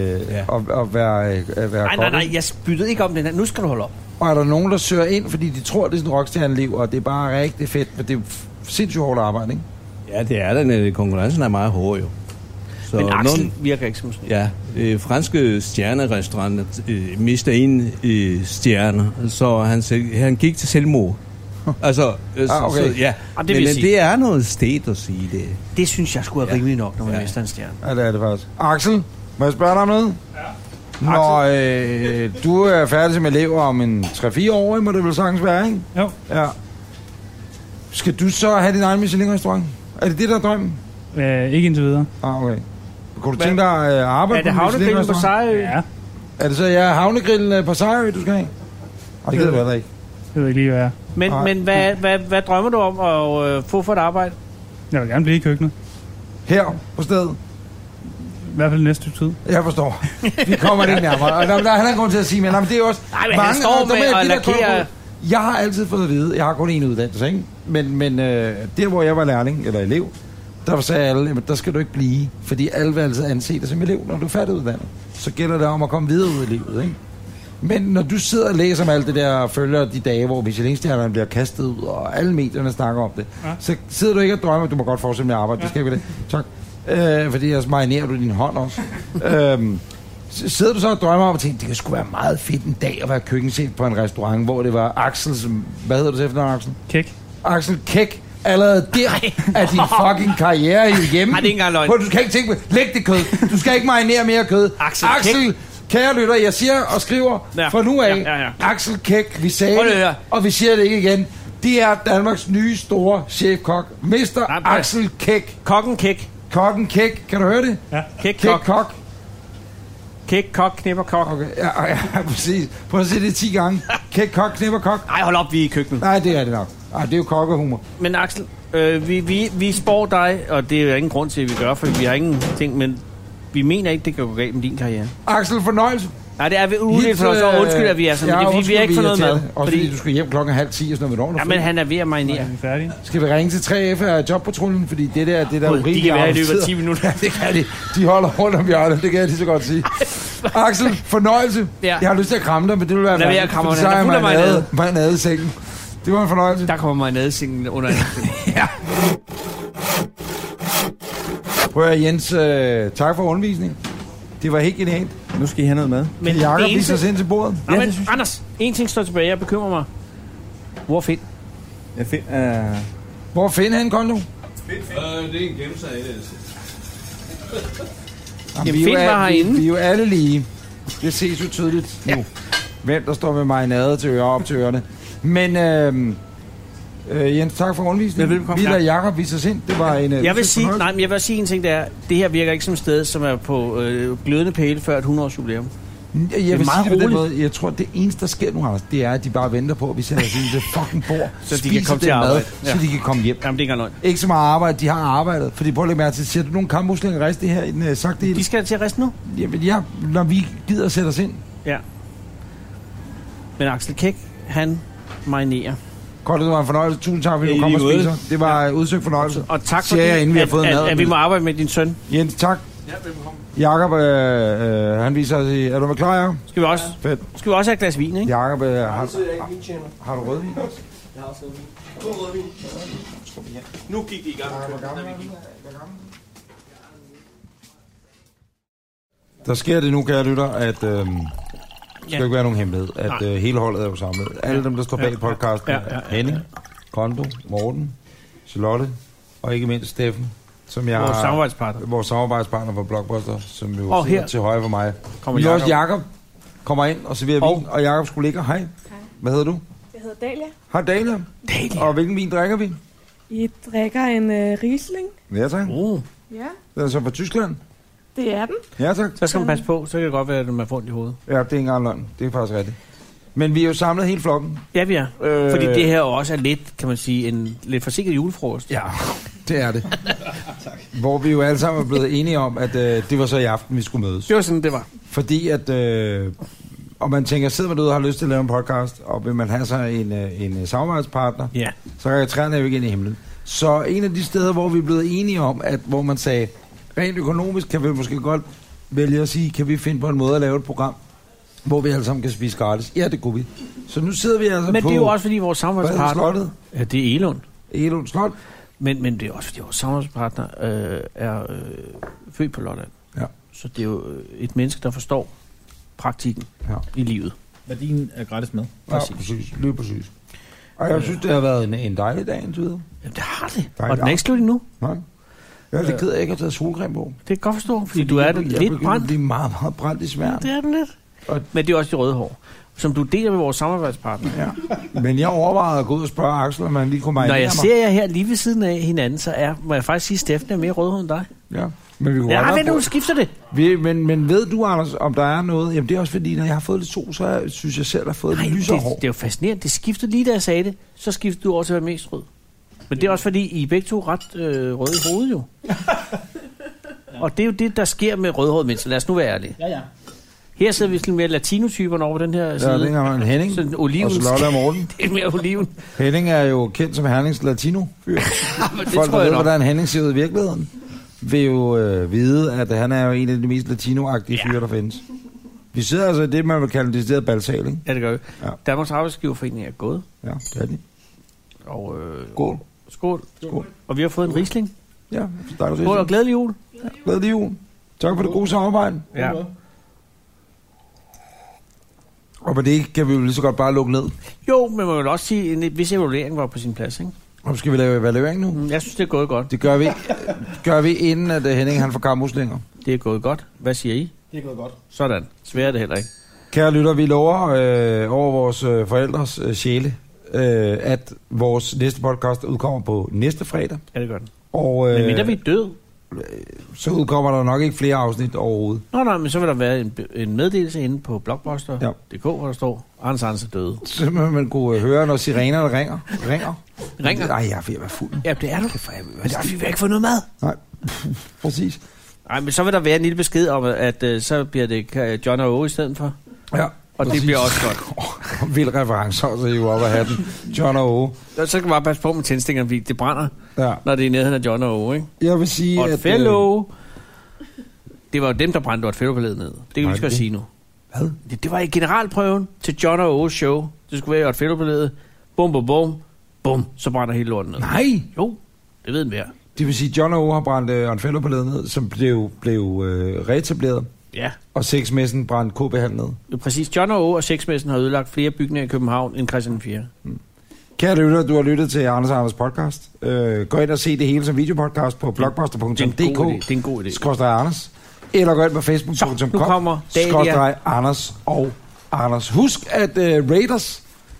være Nej, jeg spyttede ikke om den her. Nu skal du holde op. Og er der nogen, der søger ind, fordi de tror, det er sådan et rockstjerneliv, og det er bare rigtig fedt, for det er sindssygt hårdt arbejde, ikke? Ja, det er den. Konkurrencen er meget hård, jo. Så men Axel virker ikke som sådan. Ja, franske stjernerestauranter mister en stjerne, så han gik til selvmord. Altså, okay. Men det er noget sted at sige det. Det synes jeg skulle være rimelig nok, når man mister en stjerne. Ja, det er det faktisk. Axel, må jeg spørge dig om noget? Ja. Når du er færdig som elever om en 3-4 år, må det vel sagtens være, ikke? Jo. Ja. Skal du så have din egen Michelin-restaurant? Er det det, der er drømmen? Ikke indtil videre. Okay. Kunne du tænke dig at arbejde på Havnegrillen på Sejrø? Ja. Er det så Havnegrillen på Sejrø, du skal have? Det gider du heller ikke. Det ved ikke lige, hvad jeg er. Men hvad drømmer du om at få for et arbejde? Jeg vil gerne blive i køkkenet. Her på stedet? I hvert fald næste tid. Jeg forstår. Vi kommer ikke nærmere. Og der er heller grund til at sige, men det er også... Nej, men han står med at lakere... Jeg har altid fået at vide, jeg har kun én uddannelse, ikke? Men der, hvor jeg var lærling eller elev, der sagde alle, der skal du ikke blive, fordi alle vil altid anse dig som elev, når du er færdiguddannet. Så gælder det om at komme videre ud i livet, ikke? Men når du sidder og læser om alt det der, og følger de dage, hvor Michelin-stjernerne bliver kastet ud, og alle medierne snakker om det, så sidder du ikke og drømmer, du må godt fortsætte med at arbejde, det skal vi det. Tak. Fordi ellers marinerer du din hånd også. Sidder du så og drømmer om at tænke, det kan sgu være meget fedt en dag at være køkkenchef på en restaurant, hvor det var Axel, som... Hvad hedder du til efternavn, Axel? Kæk. Axel Kæk. Allerede der er din fucking karriere hjemme. Nej, det er ikke engang løgn. Du skal ikke tænke på, læg det kød. Du skal ikke marinere mere kød. Axel kære lytter, jeg siger og skriver fra nu af, Axel Kæk, vi sagde det, og vi siger det ikke igen. Det er Danmarks nye store chefkok. Mr. Axel Kæk. Kokken Kæk. Kokken Kæk. Kan du høre det? Ja. Kæk kok. Kæk kok, knipper kok. Okay, ja, præcis. Prøv at sige det 10 gange. Kæk kok, knipper kok. Nej, hold op, vi er i køkkenet. Nej, det er det nok. Ej, det er jo kokkehumor. Men Axel, vi spår dig, og det er jo ingen grund til, at vi gør, for vi har ingenting, men vi mener ikke, det kan gå galt med din karriere. Axel, fornøjelse. Nej, det er vi uligt for os, og undskyld, at vi er sådan. Ja, vi har ikke fået noget med. Også fordi du skal hjem 9:30 og sådan noget ved ja, men han er ved at marinere. Skal vi ringe til 3F af jobpatruljen? Fordi det der urimeligt... De kan være i løbet af 10 minutter. Ja, det kan de. De holder rundt om hjørnet, det kan jeg lige så godt sige. Axel, fornøjelse. Ja. Jeg har lyst til at kramme dig, men det vil være... Lad være at kramme dig. Der er fuld af marinadesengen. Det var en fornøjelse. Der kommer marinadesengen under. Ja. Prøv at Jens, tak for undervisningen. Det var helt genialt. Nu skal I have noget med. Men kan Jacob vise os ind til bordet? Ja, men, Anders, en ting står tilbage. Jeg bekymrer mig. Hvor Finn? Ja, Finn Hvor Finn han, Kondo? Det er en gennemsag. Jamen, Finn var herinde. Vi er jo alle lige. Det ses jo tydeligt nu. Hvem der står med marinade til ører op til ørerne. Men Jens, tak for rundvisningen. Vi lader Jakob vise os ind. Det var en... Jeg vil sige en ting, der er, det her virker ikke som et sted, som er på glødende pæle før et 100-års jubilæum. Jeg vil sige det på den måde. Jeg tror, det eneste, der sker nu, Anders, det er, at de bare venter på, at vi sætter os ind i det fucking bord, så de kan komme til at arbejde. Så de kan komme hjem. Jamen, det er ikke noget. Ikke så meget arbejde, de har arbejdet. Fordi prøv at lægge mærke til, ser du nogle kammuslinger riste her i den sagte? De skal til at riste nu? Jamen ja, når vi gider at sætte os ind. Ja. Men Axel Kæk, han marinerer. Godt, det var en fornøjelse. Tusind tak, fordi du kom og spiser. Det var udsøgt fornøjelse. Og tak for at vi må arbejde med din søn. Jens, tak. Ja, velkommen. Jakob, han viser os i... Er du med klar, Jacob? Skal vi også have et glas vin, ikke? Jacob, har du rødvin også? Jeg har også rødvin. Rødvin. Nu gik de i gang. Der sker det nu, kære lytter, at... Det skal ikke være nogen hemmelighed, at hele holdet er jo samlet. Alle dem, der står bag podcasten. Henning, Kondo, Morten, Charlotte og ikke mindst Steffen. Som jeg vores samarbejdspartner på Blockbuster, som jo sidder til højre for mig. Jakob kommer ind og serverer vin, og Jakobs kollega. Hej. Hvad hedder du? Jeg hedder Dalia. Hej Dalia. Og hvilken vin drikker vi? I drikker en Riesling. Ja, tak. Ja. Den er så fra Tyskland. Det er den. Ja, tak. Så skal man passe på, så kan det godt være, at man får ondt i hovedet. Ja, det er ikke engang løgn. Det er faktisk rigtigt. Men vi er jo samlet hele flokken. Ja, vi er. Fordi det her også er lidt, kan man sige, en lidt forsikret julefrokost. Ja, det er det. Hvor vi jo alle sammen er blevet enige om, at det var så i aften, vi skulle mødes. Det var sådan, det var. Fordi at... og man tænker, sidder man derude og har lyst til at lave en podcast, og vil man have sig en samarbejdspartner, så kan træerne jo ikke ind i himlen. Så en af de steder, hvor vi er blevet enige om, at hvor man sagde, rent økonomisk kan vi måske godt vælge at sige, kan vi finde på en måde at lave et program, hvor vi alle sammen kan spise gratis. Ja, det kunne vi. Så nu sidder vi altså men på... Men det er jo også fordi vores samarbejdspartner... Ja, det er Elund. Elund Slot. Men det er også fordi vores samarbejdspartner er født på Lolland. Ja. Så det er jo et menneske, der forstår praktikken i livet. Værdien er gratis med. Præcis. Lige præcis. Og jeg synes, det har været en dejlig dag indtil videre. Jamen, det har det. Og den er ikke slut endnu. Nej. Jeg er lidt ked af, at jeg ikke har taget solcreme på. Det kan godt forstå, fordi du er lidt brændt. Det er meget, meget brændt i sværen. Ja, det er den lidt. Men det er også de røde hår, som du deler med vores samarbejdspartner. Ja. Men jeg overvejede at gå ud og spørge Axel, om han lige kunne marinere mig. Når jeg ser jer her lige ved siden af hinanden, så må jeg faktisk sige, at Steffen er mere rødhåret end dig. Ja. Men vi kunne vent, du skifter det. Men ved du, Anders, om der er noget? Jamen det er også fordi, når jeg har fået lidt sol, så synes jeg selv, at jeg har fået lidt lysere hår. Det er jo fascinerende. Det skiftede lige da jeg sagde det, så skiftede du over til at være mest rød. Men det er også fordi, I er begge to ret røde i hovedet jo. Og det er jo det, der sker med rødhåret mennesker. Lad os nu være ærlige. Ja. Her sidder vi sådan mere latinotyperne over den her side. Ja, det er en Henning. Sådan oliven. Og så Lotte og Morten. Det er mere oliven. Henning er jo kendt som Hernings latino-fyr. Folk, der ved, hvordan Henning ser ud i virkeligheden, vil jo vide, at han er jo en af de mest latino-agtige fyre, der findes. Vi sidder altså i det, man vil kalde en decideret balsal, ikke? Ja, det gør vi. Ja. Danmarks Arbejdsgiverforening er gået. Ja, det er de. Og, Skål. Og vi har fået en Riesling. Ja, skål og glædelig jul. Ja, glædelig jul. Tak for det gode samarbejde. Ja. Og med det kan vi jo lige så godt bare lukke ned. Jo, men man vil også sige, at en vis evaluering var på sin plads, ikke? Og skal vi lave evaluering nu? Jeg synes, det er gået godt. Det gør vi inden at Henning han får kammuslinger. Det er gået godt. Hvad siger I? Det er gået godt. Sådan. Sværere det heller ikke. Kære lytter, vi lover over vores forældres sjæle, at vores næste podcast udkommer på næste fredag. Ja, det gør den. Og, men mindre vi er død, så udkommer der nok ikke flere afsnit overhovedet. Nej, men så vil der være en meddelelse inde på Blockbuster.dk, hvor der står, Anders er døde. Så man kunne høre, når sirenerne ringer. Ringer? Nej, jeg er ved at være fuld. Ja, det er du. Men det er, vi vil ikke få noget mad. Nej, præcis. Nej, men så vil der være en lille besked om, at så bliver det John og Åge i stedet for. Ja. Og præcis. Det bliver også godt. Vild reference, så jo op at have den. John og Åge. Så kan man bare passe på med tændstikkerne, fordi det brænder, når det er nede af John og Åge, ikke? Jeg vil sige, at... Fellow. Det var jo dem, der brændte Fellow-palæet ned. Det kan vi skal sige nu. Hvad? Det var i generalprøven til John og Åges show. Det skulle være Fellow-palæet. Bum, så brænder hele lorten ned. Nej! Jo, det ved en hver. Det vil sige, at John og Åge har brændt Fellow-palæet ned, som blev reetableret. Ja. Og Sexmessen brændte KB-hal ned. Jo, præcis. John og Åge og Sexmessen har ødelagt flere bygninger i København end Christian 4. Kære lytter, du har lyttet til Anders podcast. Gå ind og se det hele som videopodcast på blogbuster.dk. Det er en god idé. Skråstreg Anders. Eller gå ind på facebook.com. Nu kommer skråstreg Anders og Anders. Husk, at Raiders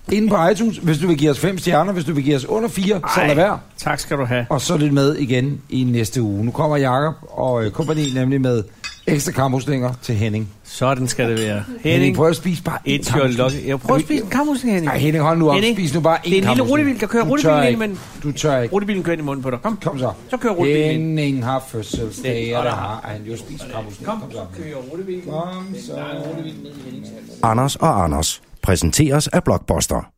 inde på iTunes, hvis du vil give os 5 stjerner, hvis du vil give os under 4, så lad være. Tak skal du have. Og så lidt med igen i næste uge. Nu kommer Jakob og kompagni nemlig med ekstra kammuslinger til Henning. Sådan skal det være. Henning, prøv at spise bare en kammusling. Jeg prøver at spise en kammusling, Henning. Nej, Henning, hold nu op. Spis nu bare en kammusling. Det er en lille rutebil, der kører rutebilen ind, men... Du tør ikke. Rutebilen kører ind i munden på dig. Kom så. Så kører rutebilen ind. Henning har fødselsdag, og der har han jo spist kammusling. Kom så. Kører rutebilen. Kom så. Anders og Anders præsenteres af Blockbuster.